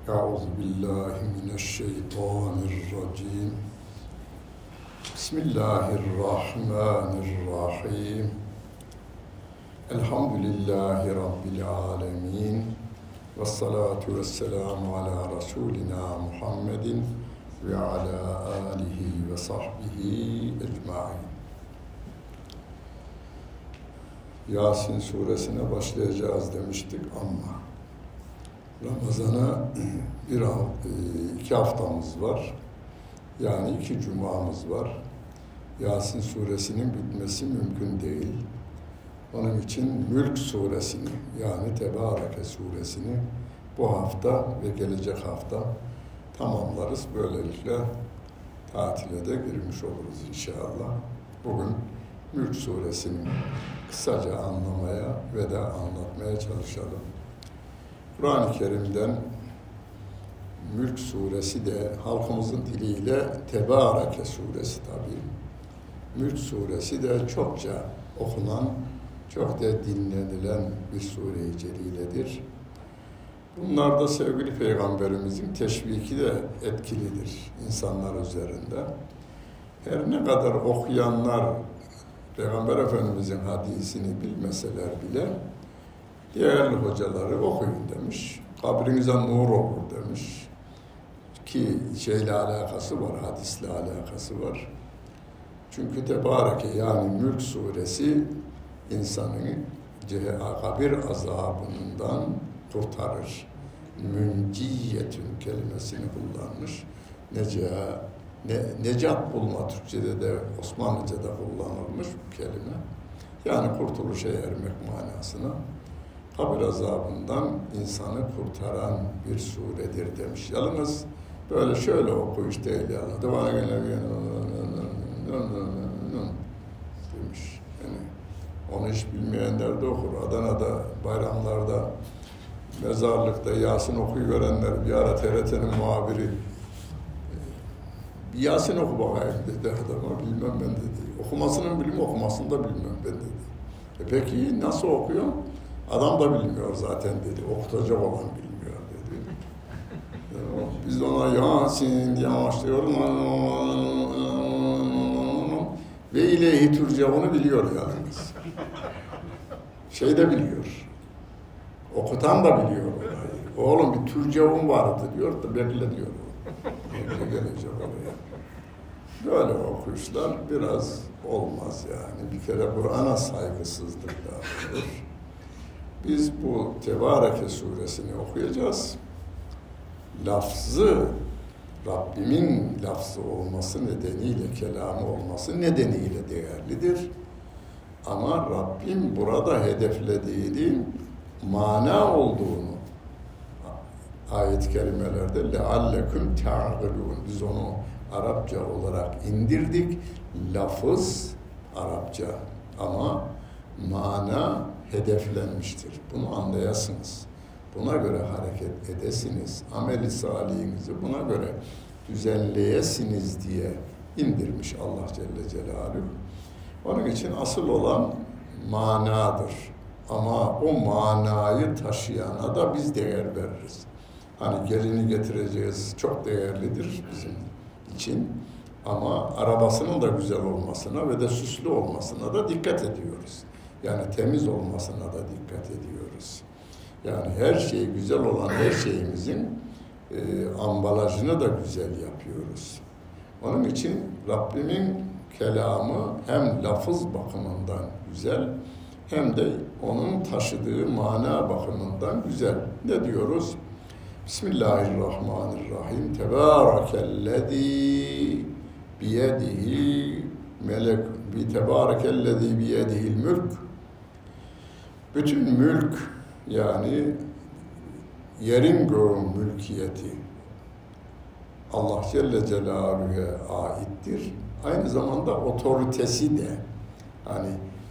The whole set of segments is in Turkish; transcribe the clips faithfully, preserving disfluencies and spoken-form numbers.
Euzu billahi mineşşeytanirracim. Bismillahirrahmanirrahim. Elhamdülillahi rabbil alamin. Vessalatu vesselamu ala Resulina Muhammedin ve ala alihi ve sahbihi ecmaîn. Yasin suresine başlayacağız demiştik ama Ramazan'a bir iki haftamız var. Yani iki cumamız var. Yasin suresinin bitmesi mümkün değil. Onun için Mülk suresini yani Tebareke suresini bu hafta ve gelecek hafta tamamlarız. Böylelikle tatile de girmiş oluruz inşallah. Bugün Mülk suresini kısaca anlamaya ve de anlatmaya çalışalım. Kur'an-ı Kerim'den Mülk suresi de halkımızın diliyle Tebareke suresi tabii. Mülk suresi de çokça okunan, çok da dinlenilen bir sure-i celiledir. Bunlar da sevgili Peygamberimizin teşviki de etkilidir insanlar üzerinde. Her ne kadar okuyanlar Peygamber Efendimizin hadisini bilmeseler bile değerli hocaları okuyun demiş. Kabrinize nur olur demiş. Ki şeyle alakası var, hadisle alakası var. Çünkü Tebareke yani Mülk suresi insanı kabir azabından kurtarır. Münciyetün kelimesini kullanmış. Neca, ne, necat bulma Türkçe'de de Osmanlıca'da kullanılmış bu kelime. Yani kurtuluşa ermek manasına. Kabir azabından insanı kurtaran bir suredir demiş. Yalnız böyle şöyle okuyuş değil yani. Devana gelen demiş. Yani onu hiç bilmeyenler de okur. Adana'da bayramlarda mezarlıkta Yasin okuyuverenler bir ara T R T'nin muhabiri bir Yasin oku bakayım dedi adama. Bilmem ben dedi. Okumasının bilimi okumasını da bilmem ben dedi. E peki nasıl okuyor? Adam da bilmiyor zaten dedi. Okutacak olan bilmiyor dedi. Yani biz de ona Yasin diye başlıyoruz. Ve ileyhi turcaunu biliyor yalnız. Şey de biliyor. Okutan da biliyor olayı. Oğlum bir turcavun vardı diyor da bekle diyor. Bekle gelecek oraya. Böyle okuyuşlar biraz olmaz yani. Bir kere Kur'an'a saygısızlıklardır. Biz bu Tebareke suresini okuyacağız. Lafzı, Rabbimin lafzı olması nedeniyle, kelamı olması nedeniyle değerlidir. Ama Rabbim burada hedeflediğinin mana olduğunu ayet-i kerimelerde لَعَلَّكُمْ تَعْقِلُونَ biz onu Arapça olarak indirdik. Lafız Arapça ama mana hedeflenmiştir. Bunu anlayasınız. Buna göre hareket edesiniz. Amel-i salihinizi buna göre düzenleyesiniz diye indirmiş Allah Celle Celaluhu. Onun için asıl olan manadır. Ama o manayı taşıyana da biz değer veririz. Hani gelini getireceğiz, çok değerlidir bizim için. Ama arabasının da güzel olmasına ve de süslü olmasına da dikkat ediyoruz. Yani temiz olmasına da dikkat ediyoruz. Yani her şey güzel olan her şeyimizin e, ambalajını da güzel yapıyoruz. Onun için Rabbimin kelamı hem lafız bakımından güzel hem de onun taşıdığı mana bakımından güzel. Ne diyoruz? Bismillahirrahmanirrahim. Tebârakellezî biyedihi melek bi tebârakellezî biyedihil mülk. Bütün mülk yani yerin göğün mülkiyeti Allah Celle Celaluhu'ya aittir. Aynı zamanda otoritesi de hani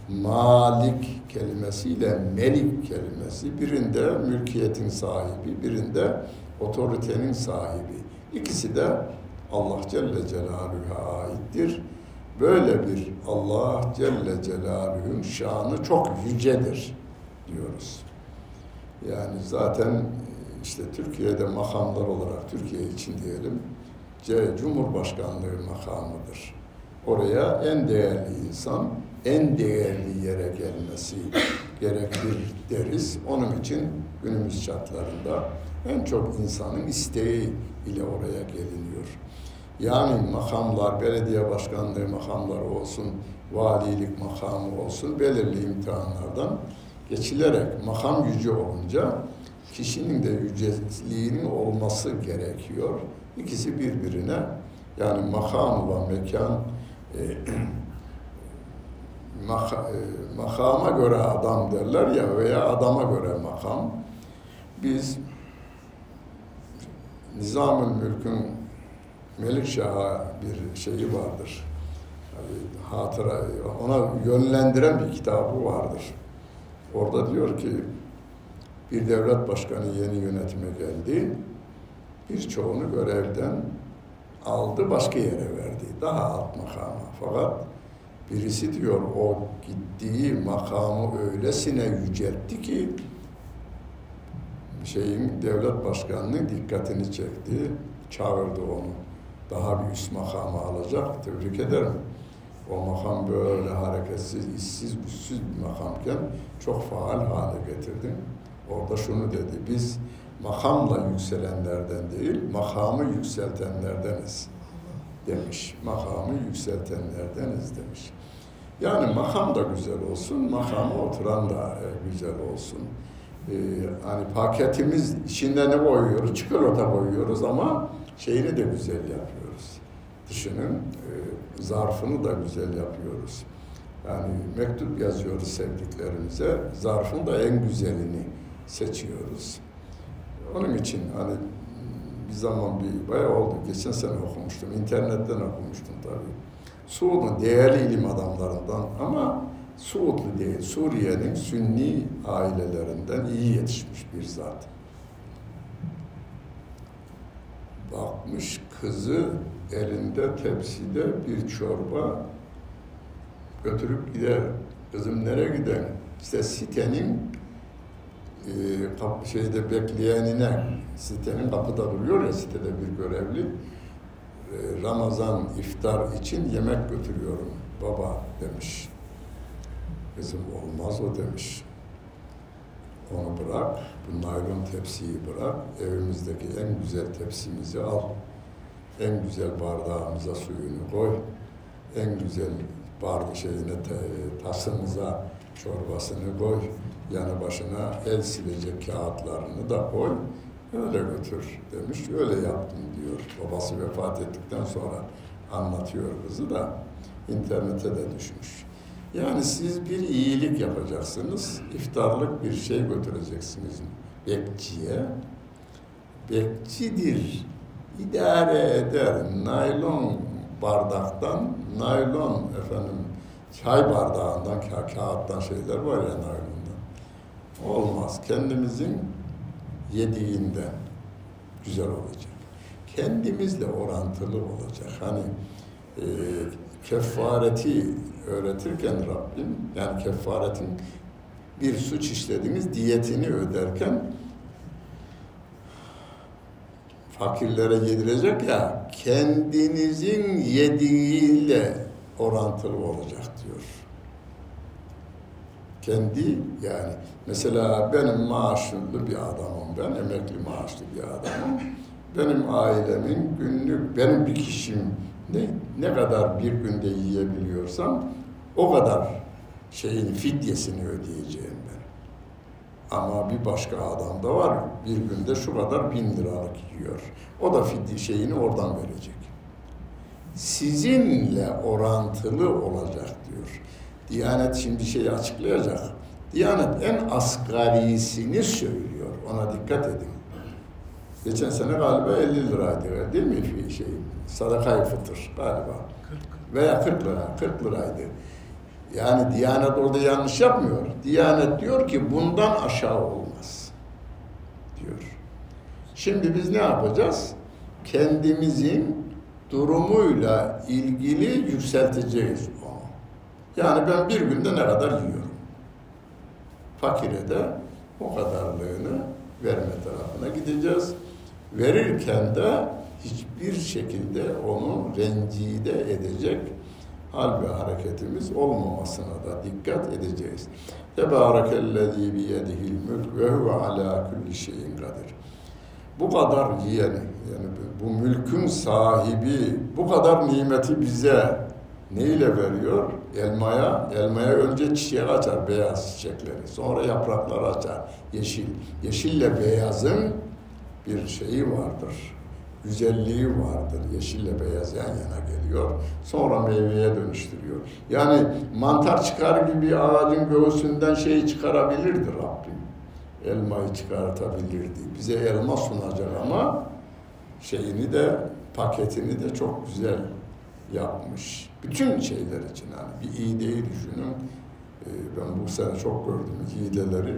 malik kelimesiyle melik kelimesi birinde mülkiyetin sahibi, birinde otoritenin sahibi. İkisi de Allah Celle Celaluhu'ya aittir. Böyle bir Allah Celle Celaluhu'nun şanı çok yücedir diyoruz. Yani zaten işte Türkiye'de makamlar olarak, Türkiye için diyelim, C, Cumhurbaşkanlığı makamıdır. Oraya en değerli insan, en değerli yere gelmesi gerekir deriz. Onun için günümüz şartlarında en çok insanın isteği ile oraya geliniyor. Yani makamlar, belediye başkanlığı makamları olsun, valilik makamı olsun, belirli imtihanlardan geçilerek makam yüce olunca kişinin de yüceliğinin olması gerekiyor. İkisi birbirine, yani makam ve mekan e, maka, e, makama göre adam derler ya, veya adama göre makam. Biz Nizam-ı Mülk'ün Melikşah'a bir şeyi vardır. Yani hatıra, ona yönlendiren bir kitabı vardır. Orada diyor ki, bir devlet başkanı yeni yönetime geldi, birçoğunu görevden aldı, başka yere verdi, daha alt makama. Fakat birisi diyor, o gittiği makamı öylesine yüceltti ki, şeyin, devlet başkanının dikkatini çekti, çağırdı onu. Daha bir üst makama alacak, tebrik ederim. O makam böyle hareketsiz, işsiz, güçsüz bir makamken çok faal hale getirdim. Orada şunu dedi, biz makamla yükselenlerden değil, makamı yükseltenlerdeniz demiş. Makamı yükseltenlerdeniz demiş. Yani makam da güzel olsun, makama oturan da e, güzel olsun. Ee, hani paketimiz içinde ne koyuyoruz? Çikolata koyuyoruz ama şeyini de güzel yapıyoruz. Dışının e, zarfını da güzel yapıyoruz. Yani mektup yazıyoruz sevdiklerimize, zarfın da en güzelini seçiyoruz. Onun için hani bir zaman bir bayağı oldu, geçen sene okumuştum, internetten okumuştum tabii. Suud'un değerli ilim adamlarından ama Suudlu değil, Suriye'nin Sünni ailelerinden iyi yetişmiş bir zat. Bakmış kızı elinde tepside bir çorba götürüp gider. Kızım nereye gider? İşte sitenin e, kap, şeyde bekleyenine, sitenin kapıda duruyor ya sitede bir görevli. E, Ramazan iftar için yemek götürüyorum baba demiş. Kızım olmaz o demiş. Onu bırak, bu naylon tepsiyi bırak, evimizdeki en güzel tepsimizi al. En güzel bardağımıza suyunu koy. En güzel bardak şeyine, tasımıza çorbasını koy. Yanı başına el silecek kağıtlarını da koy. Öyle götür demiş. Öyle yaptım diyor. Babası vefat ettikten sonra anlatıyor kızı da internete de düşmüş. Yani siz bir iyilik yapacaksınız, iftarlık bir şey götüreceksiniz bekçiye. Bekçidir, idare eder. Naylon bardaktan, naylon efendim çay bardağından, ka- kağıttan şeyler var ya naylondan. Olmaz. Kendimizin yediğinden güzel olacak. Kendimizle orantılı olacak. Hani e, kefareti öğretirken Rabbim, yani kefaretin bir suç işlediniz, diyetini öderken fakirlere yedirecek ya, kendinizin yediğiyle orantılı olacak diyor. Kendi yani mesela benim maaşlı bir adamım, ben emekli maaşlı bir adamım. Benim ailemin günlük, benim bir kişim ne, ne kadar bir günde yiyebiliyorsam o kadar şeyin fidyesini ödeyeceğim ben. Ama bir başka adam da var, bir günde şu kadar bin liralık yiyor. O da fidye şeyini oradan verecek. Sizinle orantılı olacak diyor. Diyanet şimdi şeyi açıklayacak. Diyanet en asgarisini söylüyor. Ona dikkat edin. Geçen sene galiba elli liraydı değil mi şey? Sadaka-i fıtır galiba. Veya kırk lira, kırk liraydı. Yani Diyanet orada yanlış yapmıyor. Diyanet diyor ki bundan aşağı olmaz diyor. Şimdi biz ne yapacağız? Kendimizin durumuyla ilgili yükselteceğiz onu. Yani ben bir günde ne kadar yiyorum? Fakire de o kadarlığını verme tarafına gideceğiz. Verirken de hiçbir şekilde onu rencide edecek hal ve hareketimiz olmamasına da dikkat edeceğiz. Tebârekellezî biyedihil mülk ve huve alâ kulli şeyin kadir. Bu kadar yani, yani bu mülkün sahibi bu kadar nimeti bize neyle veriyor? Elmaya, elmaya önce çiçek açar, beyaz çiçekleri. Sonra yaprakları açar, yeşil. Yeşille beyazın bir şeyi vardır, güzelliği vardır. Yeşille beyaz yan yana geliyor. Sonra meyveye dönüştürüyor. Yani mantar çıkar gibi ağacın göğsünden şeyi çıkarabilirdi Rabbim. Elmayı çıkartabilirdi. Bize elma sunacak ama şeyini de, paketini de çok güzel yapmış. Bütün şeyler için yani bir iğdeyi düşünün. Ben bu sene çok gördüm iğdeleri.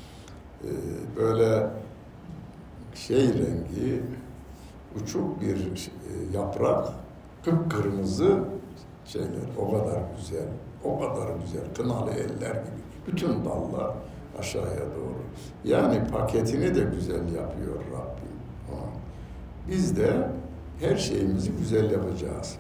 Böyle şey rengi, uçuk bir yaprak, kıpkırmızı şeyler. O kadar güzel, o kadar güzel. Kınalı eller gibi. Bütün dallar aşağıya doğru. Yani paketini de güzel yapıyor Rabbim. Biz de her şeyimizi güzel yapacağız.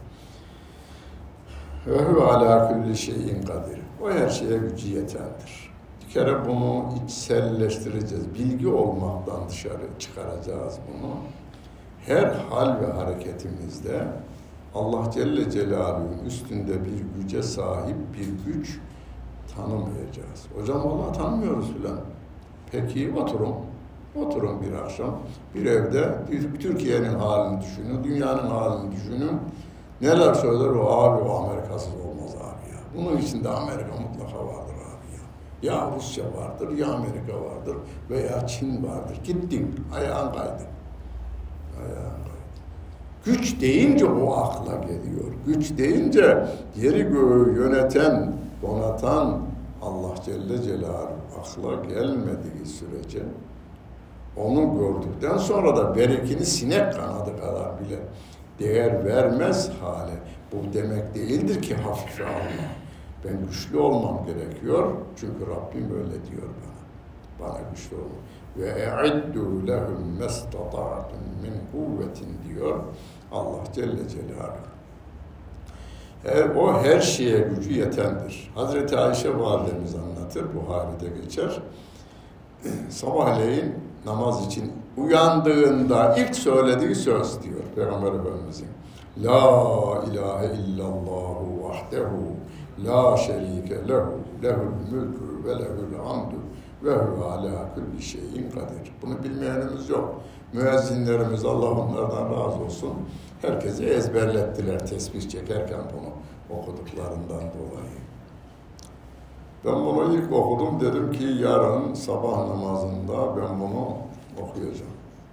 Ve huve alâ kulli şeyin kadir. O her şeye gücü yetendir. Bir kere bunu içselleştireceğiz. Bilgi olmaktan dışarı çıkaracağız bunu. Her hal ve hareketimizde Allah Celle Celaluhu'nun üstünde bir güce sahip bir güç tanımayacağız. Hocam vallahi tanımıyoruz filan. Peki oturun. Oturun bir akşam. Bir evde Türkiye'nin halini düşünün, dünyanın halini düşünün. Neler söyler o abi, o Amerikasız olmaz abi ya. Bunun içinde Amerika mutlaka vardır abi ya. Ya Rusya vardır, ya Amerika vardır veya Çin vardır. Gittin, ayağın kaydı. Ayağın kaydı. Güç deyince o akla geliyor. Güç deyince yeri göğü yöneten, donatan Allah Celle Celaluhu akla gelmediği sürece onu gördükten sonra da berekini sinek kanadı kadar bile değer vermez hale. Bu demek değildir ki hafife alma. Ben güçlü olmam gerekiyor. Çünkü Rabbim öyle diyor bana. Bana güçlü olma. Ve e'iddu lehum mestata'tum min kuvvetin diyor Allah Celle Celaluhu. E, o her şeye gücü yetendir. Hazreti Ayşe validemiz anlatır. Buhari'de geçer. Sabahleyin namaz için uyandığında ilk söylediği söz diyor Peygamber Efendimizin. La ilahe illallahu vahdehu la şerike lehu lehul mülkü ve lehul hamdu ve huve ala kulli şeyin kadir. Bunu bilmeyenimiz yok. Müezzinlerimiz Allah onlardan razı olsun. Herkese ezberlettiler tesbih çekerken bunu okuduklarından dolayı. Ben bunu ilk okudum, dedim ki yarın sabah namazında ben bunu okuyacağım.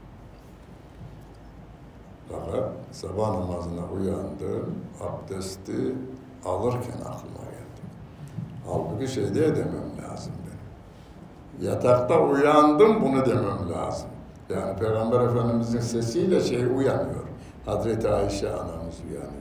Fakat sabah namazına uyandım, abdesti alırken aklıma geldi. Halbuki şey diye demem lazım benim. Yatakta uyandım, bunu demem lazım. Yani Peygamber Efendimizin sesiyle şey uyanıyor. Hazreti Ayşe anamız uyanıyor.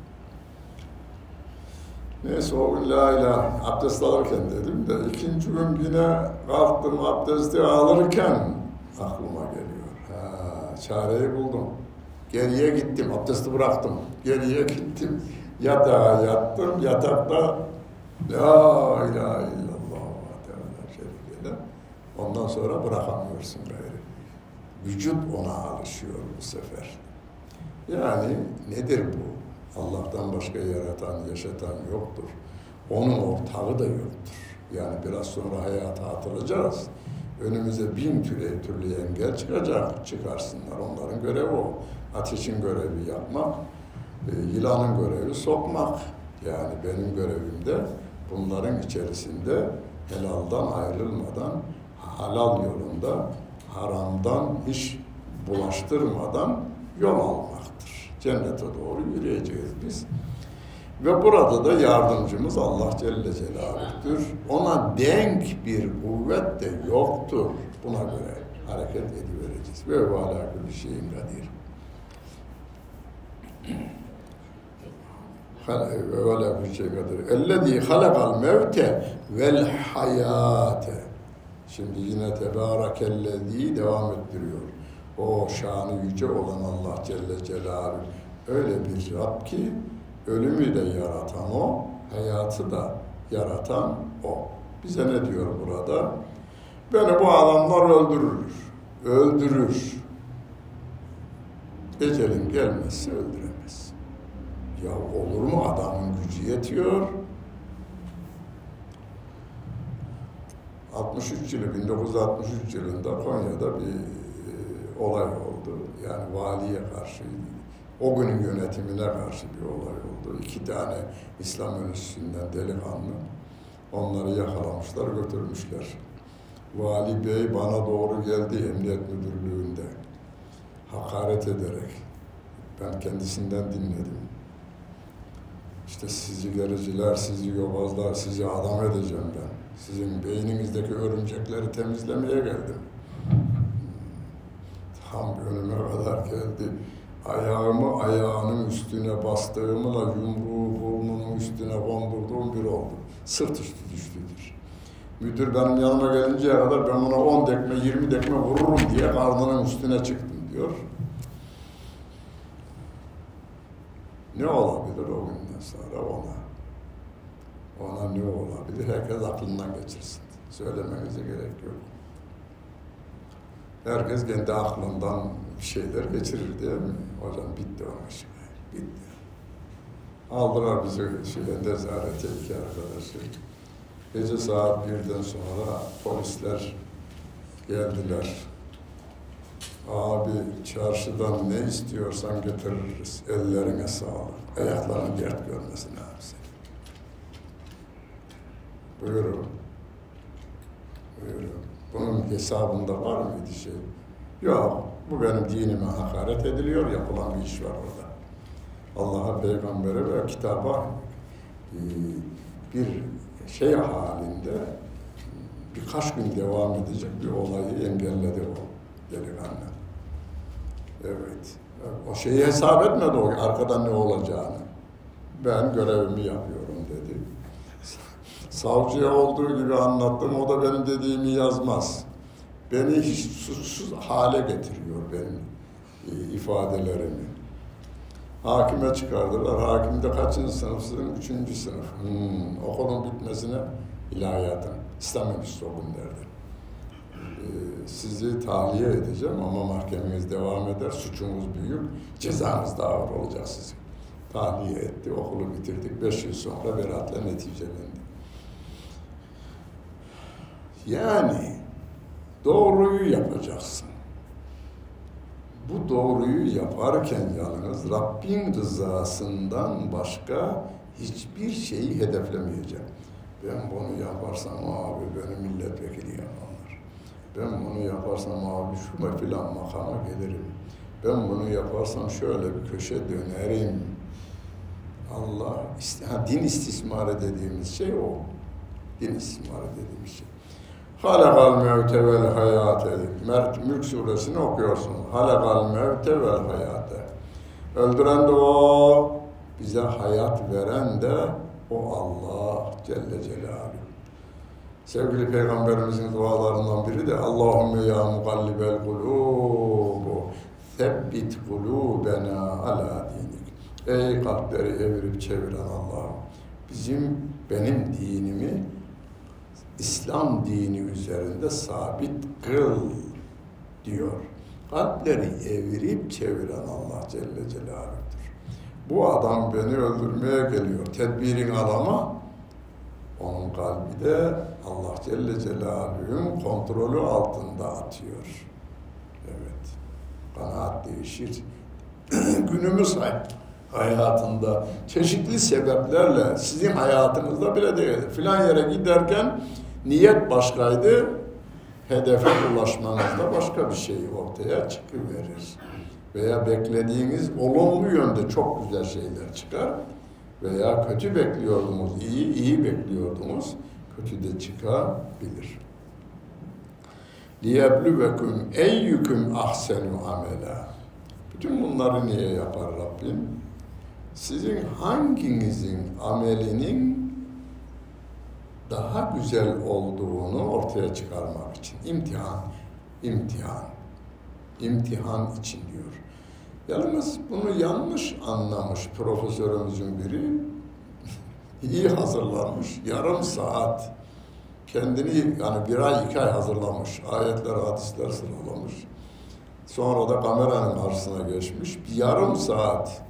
Neyse o gün la ilahe abdest alırken dedim de ikinci gün yine kalktım abdesti alırken aklıma geliyor. Ha, çareyi buldum. Geriye gittim, abdesti bıraktım. Geriye gittim. Yatağa yattım. Yatakta la ilahe illallah ve teala şerifeyle. Ondan sonra bırakamıyorsun gayrı. Vücut ona alışıyor bu sefer. Yani nedir bu? Allah'tan başka yaratan, yaşatan yoktur. Onun ortağı da yoktur. Yani biraz sonra hayata atılacağız. Önümüze bin türlü, türlü engel çıkacak. Çıkarsınlar. Onların görevi o. Ateşin görevi yapmak, yılanın görevi sokmak. Yani benim görevim de bunların içerisinde helaldan ayrılmadan, halal yolunda, haramdan hiç bulaştırmadan yol almaktır. Cennete doğru yürüyeceğiz biz. Ve burada da yardımcımız Allah Celle Celaluhu'dur. Ona denk bir kuvvet de yoktur. Buna göre hareket edivereceğiz. Ve ve alâ kulli şeyin kadir. Ve ve alâ kulli şeyin kadir. Ellezî halakal mevte vel hayâte. Şimdi yine Tebârakellezî devam ettiriyor. O şanı yüce olan Allah Celle Celaluhu öyle bir Rab ki ölümü de yaratan O, hayatı da yaratan O. Bize ne diyor burada? Beni bu adamlar öldürür. Öldürür. Ecelin gelmezse öldüremez. Ya olur mu? Adamın gücü yetiyor. altmış üç yılı, bin dokuz yüz altmış üç yılında Konya'da bir e, olay oldu. Yani valiye karşı, o günün yönetimine karşı bir olay oldu. İki tane İslam Enstitüsü'nden delikanlı, onları yakalamışlar, götürmüşler. Vali Bey bana doğru geldi Emniyet Müdürlüğü'nde, hakaret ederek. Ben kendisinden dinledim. İşte sizi gericiler, sizi yobazlar, sizi adam edeceğim ben. Sizin beyninizdeki örümcekleri temizlemeye geldim. Tam önüme kadar geldi. Ayağımı ayağının üstüne bastığımla yumruğu burnunun üstüne kondurduğum bir oldu. Sırt üstü düştüdür. Müdür benim yanıma gelinceye kadar ben ona on dekme, yirmi dekme vururum diye karnının üstüne çıktım diyor. Ne olabilir o günden sonra ona? Ona ne olabilir? Herkes aklından geçirsin. Söylemenize gerek yok. Herkes kendi aklından bir şeyler geçirir değil mi? Hocam bitti onun işi. Bitti. Aldılar bizi şeye, nezarete iki arkadaşı. Gece saat birden sonra polisler geldiler. Abi çarşıdan ne istiyorsan getiririz. Ellerine sağlık. Ayaklarına dert görmesin abi seni. Buyurun. Buyurun. Bunun hesabında var mıydı şey? Yok. Bu benim dinime hakaret ediliyor. Yapılan bir iş var orada. Allah'a, peygambere ve kitaba bir şey halinde birkaç gün devam edecek bir olayı engelledi o delikanlı. Evet. O şeyi hesap etmedi o arkadan ne olacağını. Ben görevimi yapıyorum dedi. Savcıya olduğu gibi anlattım. O da benim dediğimi yazmaz. Beni hiç suçsuz hale getiriyor benim ifadelerimi. Hakime çıkardılar. Hakim de kaçıncı sınıfsın? Üçüncü sınıf. Hmm, okulun bitmesine ilahiyatın. İslam Enstitüsü o günlerde. Ee, sizi tahliye edeceğim ama mahkemeniz devam eder. Suçunuz büyük. Cezanız da ağır olacak sizin. Tahliye etti. Okulu bitirdik. Beş yıl sonra beraatla neticelendi. Yani doğruyu yapacaksın. Bu doğruyu yaparken yalnız Rabbin rızasından başka hiçbir şeyi hedeflemeyeceğim. Ben bunu yaparsam abi beni milletvekili yaparlar. Ben bunu yaparsam abi şu filan makama gelirim. Ben bunu yaparsam şöyle bir köşe dönerim. Allah, ha, din istismarı dediğimiz şey o. Din istismarı dediğimiz şey. Halakal mevte vel hayate. Mülk suresini okuyorsun. Halakal mevte vel hayate. Öldüren de o, bize hayat veren de o Allah Celle Celaluhu. Sevgili Peygamberimizin dualarından biri de Allahümme ya mukallibel kulubu sebbit kulubena ala dinik. Ey kalpleri evirip çeviren Allah'ım, bizim, benim dinimi İslam dini üzerinde sabit kıl diyor. Kalpleri evirip çeviren Allah Celle Celaluhu'dur. Bu adam beni öldürmeye geliyor. Tedbirin adama, onun kalbi de Allah Celle Celaluhu'nun kontrolü altında atıyor. Evet. Kanaat değişir. Günümüz hayatında çeşitli sebeplerle sizin hayatınızda bile değil. Filan yere giderken niyet başkaydı, hedefe ulaşmanızda başka bir şey ortaya çıkıverir. Veya beklediğiniz olumlu yönde çok güzel şeyler çıkar. Veya kötü bekliyordunuz, iyi iyi bekliyordunuz, kötü de çıkabilir. لِيَبْلُوَكُمْ اَيُّكُمْ اَحْسَنُ عَمَلًا. Bütün bunları niye yapar Rabbim? Sizin hanginizin amelinin daha güzel olduğunu ortaya çıkarmak için. İmtihan, imtihan, imtihan için diyor. Yalnız bunu yanlış anlamış profesörümüzün biri. İyi hazırlanmış, yarım saat kendini yani bir ay iki ay hazırlamış, ayetler, hadisler sıralamış. Sonra da kameranın karşısına geçmiş, bir yarım saat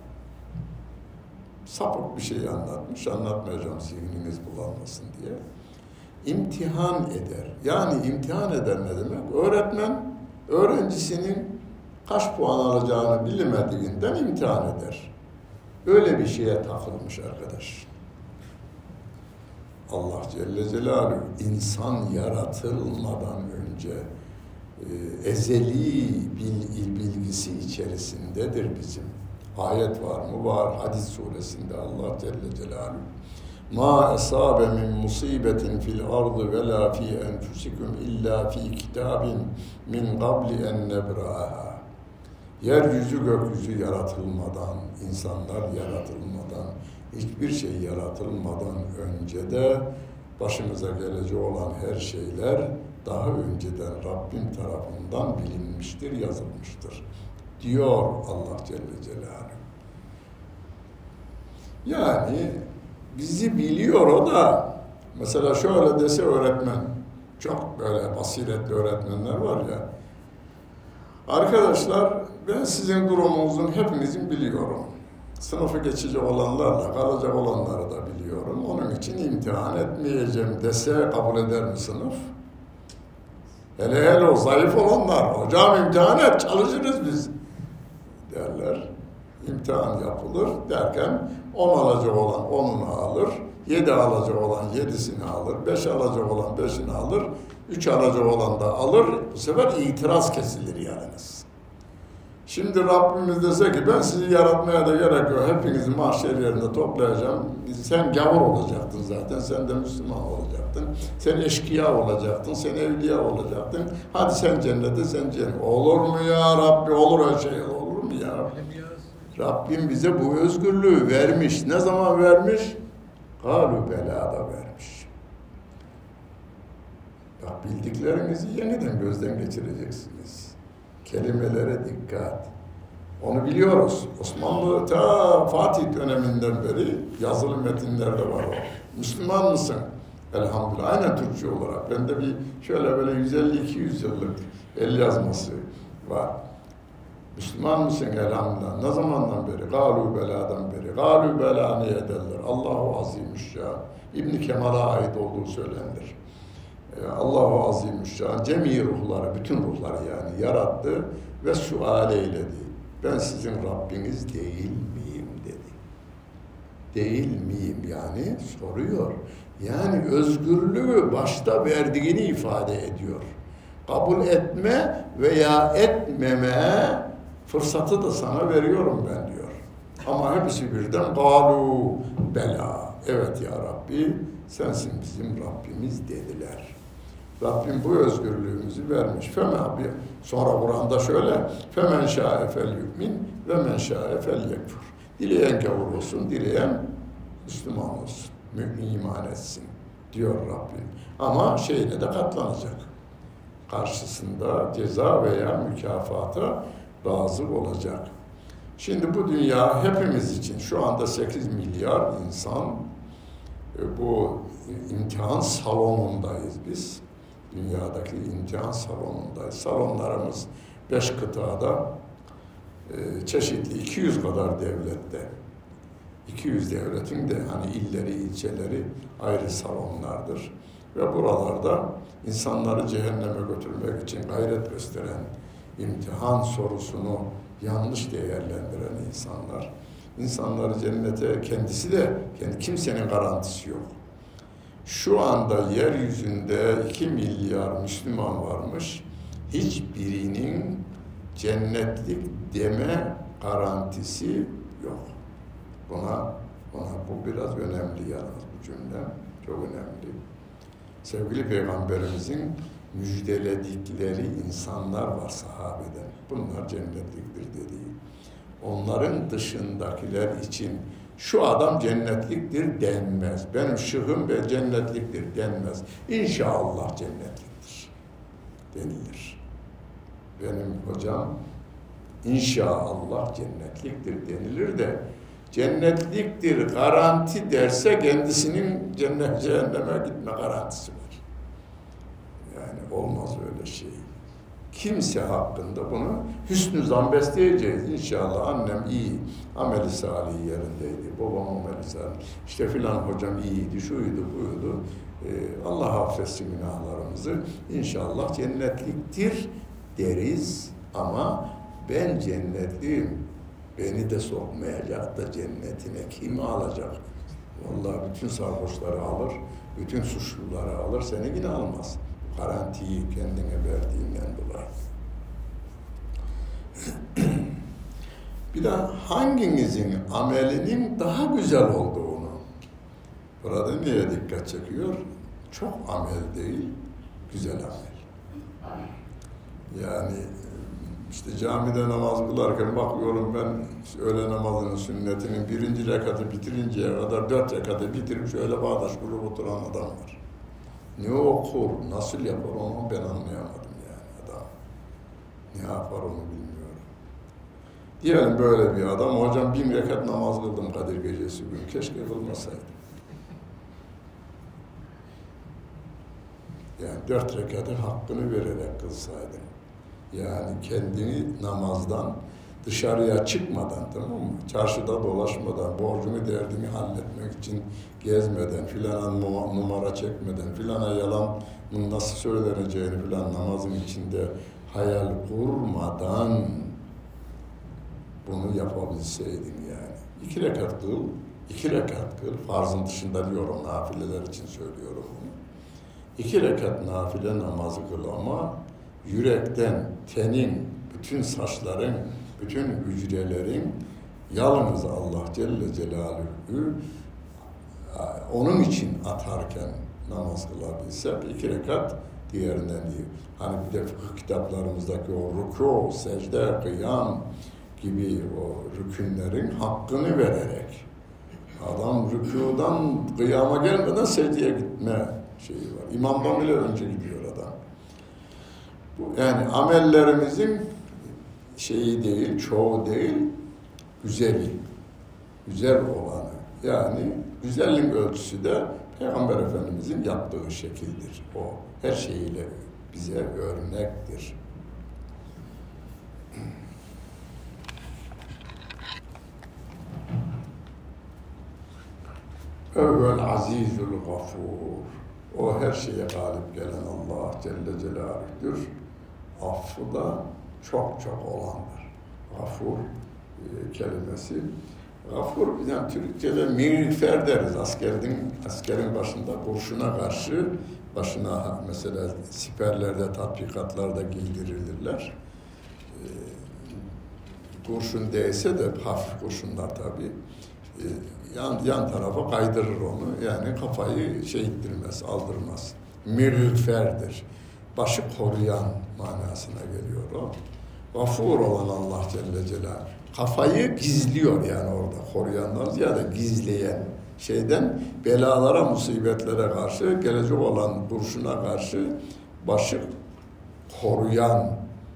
sapık bir şey anlatmış, anlatmayacağım zihniniz bulanmasın diye. İmtihan eder. Yani imtihan eder ne demek? Öğretmen, öğrencisinin kaç puan alacağını bilmediğinden imtihan eder. Öyle bir şeye takılmış arkadaş. Allah Celle Celaluhu insan yaratılmadan önce e, ezeli bil, bilgisi içerisindedir bizim. Ayet var mı? Var. Hadis suresinde Allah Celle Celaluhu ma esabe min musibetin fil ardı ve la fi enfusikum illa fi kitabin min qabli en nebraha. Yeryüzü gökyüzü yaratılmadan, insanlar yaratılmadan, hiçbir şey yaratılmadan önce de başımıza gelecek olan her şeyler daha önceden Rabbim tarafından bilinmiştir, yazılmıştır diyor Allah Celle Celaluhu. Yani bizi biliyor o da, mesela şöyle dese öğretmen, çok böyle basiretli öğretmenler var ya, arkadaşlar ben sizin durumunuzun hepinizin biliyorum. Sınıfı geçecek olanlarla kalacak olanları da biliyorum. Onun için imtihan etmeyeceğim dese kabul eder mi sınıf? Hele hele o zayıf olanlar, hocam imtihan et, çalışırız biz derler. İmtihan yapılır derken on alacak olan onunu alır, yedi alacak olan yedisini alır, beş alacak olan beşini alır, üç alacak olan da alır. Bu sefer itiraz kesilir yalnız. Şimdi Rabbimiz dese ki ben sizi yaratmaya da gerek yok. Hepinizi mahşer yerinde toplayacağım. Sen gavur olacaktın zaten. Sen de Müslüman olacaktın. Sen eşkıya olacaktın. Sen evliya olacaktın. Hadi sen cennete, sen cennet. Olur mu ya Rabbi? Olur her şey. Olur mu ya? Rabbim bize bu özgürlüğü vermiş. Ne zaman vermiş? Galu belada vermiş. Bak bildiklerinizi yeniden gözden geçireceksiniz. Kelimelere dikkat. Onu biliyoruz. Osmanlı ta Fatih döneminden beri yazılı metinlerde var o. Müslüman mısın? Elhamdülillah. Aynen Türkçe olarak. Bende bir şöyle böyle yüz elli iki yüz yıllık el yazması var. Müslüman mısın? Elhamdülillah. Ne zamandan beri? Galu beladan beri. Galu bela ne ederler? Allahu Azimüşşan. İbn Kemal'a ait olduğu söylenir. Allahu Azimüşşan cemi ruhları, bütün ruhları yani yarattı ve sual eyledi. Ben sizin Rabbiniz değil miyim dedi. Değil miyim yani soruyor. Yani özgürlüğü başta verdiğini ifade ediyor. Kabul etme veya etmeme fırsatı da sana veriyorum ben diyor. Ama hepsi birden galu bela. Evet ya Rabbi sensin bizim Rabbimiz dediler. Rabbim bu özgürlüğümüzü vermiş. Fema bir sonra Kur'an'da şöyle femen şa'e fel yu'min ve men şa'e fel yekfur. Dileyen gavur olsun, dileyen Müslüman olsun. Mümin iman etsin diyor Rabbim. Ama şeyine de katlanacak. Karşısında ceza veya mükafata razı olacak. Şimdi bu dünya hepimiz için şu anda sekiz milyar insan bu imtihan salonundayız biz. Dünyadaki imtihan salonundayız. Salonlarımız beş kıtada e, çeşitli iki yüz kadar devlette. iki yüz devletin de hani illeri, ilçeleri ayrı salonlardır. Ve buralarda insanları cehenneme götürmek için gayret gösteren, imtihan sorusunu yanlış değerlendiren insanlar, insanları cennete kendisi de, kendi kimsenin garantisi yok. Şu anda yeryüzünde iki milyar Müslüman varmış. Hiçbirinin cennetlik deme garantisi yok. Buna, buna bu biraz önemli yalnız bu cümle. Çok önemli. Sevgili Peygamberimizin müjdeledikleri insanlar var sahabeden. Bunlar cennetliktir dediği. Onların dışındakiler için şu adam cennetliktir denmez. Benim şıhım ve cennetliktir denmez. İnşallah cennetliktir denilir. Benim hocam inşallah cennetliktir denilir de cennetliktir garanti derse kendisinin cennet cehenneme gitme garantisi var. Yani olmaz öyle şey. Kimse hakkında bunu hüsnü zan besleyeceğiz. İnşallah annem iyi, ameli salih yerindeydi, babam ameli salih, işte filan hocam iyiydi, şuydu, buydu. Ee, Allah affetsin günahlarımızı. İnşallah cennetliktir deriz ama ben cennetliyim, beni de sokmayacak da cennetine kim alacak? Vallahi bütün sarhoşları alır, bütün suçluları alır, seni yine almaz. Garantiyi kendine verdiğinden dolayı. Bir de hanginizin amelinin daha güzel olduğunu burada niye dikkat çekiyor? Çok amel değil, güzel amel. Yani işte camide namaz kılarken bakıyorum ben öğle namazının sünnetinin birinci rekatı bitirinceye kadar dört rekatı bitirip şöyle bağdaş kurup oturan adam var. Ne okur, nasıl yapar onu ben anlayamadım yani adam. Ne yapar onu bilmiyorum. Diyelim böyle bir adam, hocam bin rekat namaz kıldım Kadir Gecesi gün, keşke kılmasaydım. Yani dört rekatı hakkını vererek kılsaydım. Yani kendini namazdan dışarıya çıkmadan, tamam mı? Çarşıda dolaşmadan, borcunu derdini halletmek için gezmeden, filana numara çekmeden, filana yalan nasıl söyleneceğini filan namazın içinde hayal kurmadan bunu yapabilseydin yani. İki rekat kıl, iki rekat kıl, farzın dışında diyorum, nafileler için söylüyorum bunu. İki rekat nafile namazı kıl ama yürekten, tenin, bütün saçların, bütün hücrelerin yalnız Allah Celle Celaluhu onun için atarken namaz kılabilsek iki rekat diğerinden iyi. Hani bir de fıkıh kitaplarımızdaki o rükû, secde, kıyam gibi o rükünlerin hakkını vererek adam rükûdan kıyama gelmeden secdeye gitme şeyi var. İmamdan bile önce gidiyor adam. Yani amellerimizin şeyi değil, çoğu değil, güzeli, güzel olanı. Yani güzellik ölçüsü de Peygamber Efendimizin yaptığı şekildir. O her şeyiyle bize örnektir. Evvel azizul gafur. O her şeye galip gelen Allah Celle Celaluhu'dur. Affı da çok çok olandır. Gafur e, kelimesi. Gafur, yani Türkçe'de miğfer deriz. Askerin, askerin başında kurşuna karşı, başına mesela siperlerde, tatbikatlarda giydirilirler. E, kurşun değse de hafif kurşunlar tabii. E, yan, yan tarafa kaydırır onu. Yani kafayı şey ettirmez, aldırmaz. Miğferdir. Başı koruyan manasına geliyor o. Gafur olan Allah Celle Celaluhu. Kafayı gizliyor yani orada. Koruyandan ziyade gizleyen şeyden belalara, musibetlere karşı, gelecek olan kurşuna karşı başı koruyan,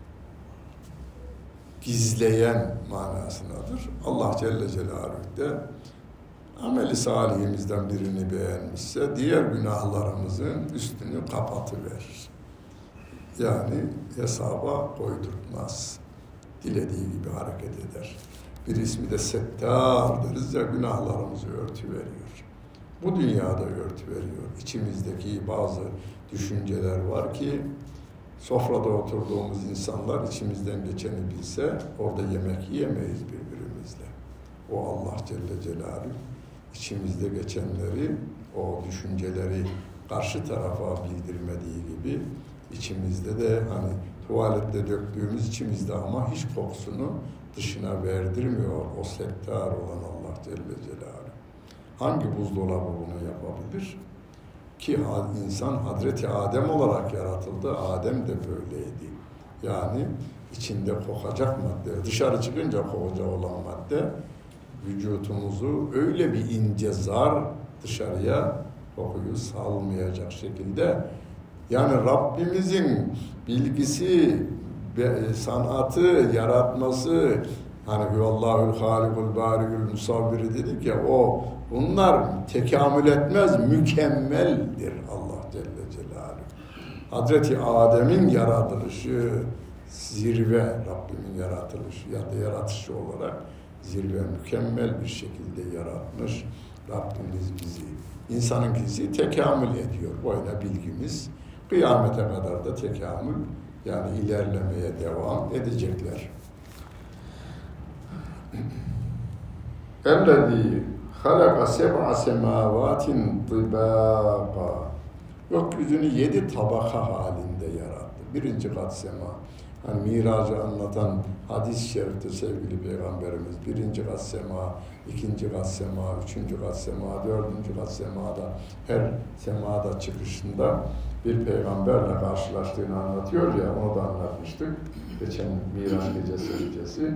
gizleyen manasındadır. Allah Celle Celaluhu de ameli salihimizden birini beğenmişse diğer günahlarımızın üstünü kapatıverir. Yani hesaba koydurtmaz. Dilediği gibi hareket eder. Bir ismi de Settar deriz ya, günahlarımızı örtüveriyor. Bu dünyada örtüveriyor. İçimizdeki bazı düşünceler var ki sofrada oturduğumuz insanlar içimizden geçeni bilse orada yemek yiyemeyiz birbirimizle. O Allah Celle Celaluhu içimizde geçenleri, o düşünceleri karşı tarafa bildirmediği gibi içimizde de hani tuvalette döktüğümüz içimizde ama hiç kokusunu dışına verdirmiyor o settar olan Allah Celle Celaluhu. Hangi buzdolabı bunu yapabilir? Ki insan Hazreti Adem olarak yaratıldı. Adem de böyleydi. Yani içinde kokacak madde, dışarı çıkınca kokacak olan madde vücutumuzu öyle bir ince zar dışarıya kokuyu salmayacak şekilde, yani Rabbimizin bilgisi, sanatı, yaratması, hani huvallahul halikul bari'ül musavvir dedik ya, o bunlar tekamül etmez, mükemmeldir Allah Celle Celaluhu. Hazreti Adem'in yaratılışı zirve, Rabbimin yaratılışı ya da yaratışı olarak zirve, mükemmel bir şekilde yaratmış Rabbimiz bizi. İnsanınkisi tekamül ediyor. Böyle bilgimiz kıyamete kadar da tekamül, yani ilerlemeye devam edecekler. اَلَّذ۪ي خَلَقَ سَبْعَ سَمَاوَاتٍ طِبَاقًا. Gökyüzünü yedi tabaka halinde yarattı. Birinci kat sema. Hani Miracı anlatan hadis-i şerifte sevgili Peygamberimiz, birinci kat sema, ikinci kat sema, üçüncü kat sema, dördüncü kat semada, her semada çıkışında bir peygamberle karşılaştığını anlatıyor ya, onu da anlatmıştık. Geçen Miraç gecesi gecesi.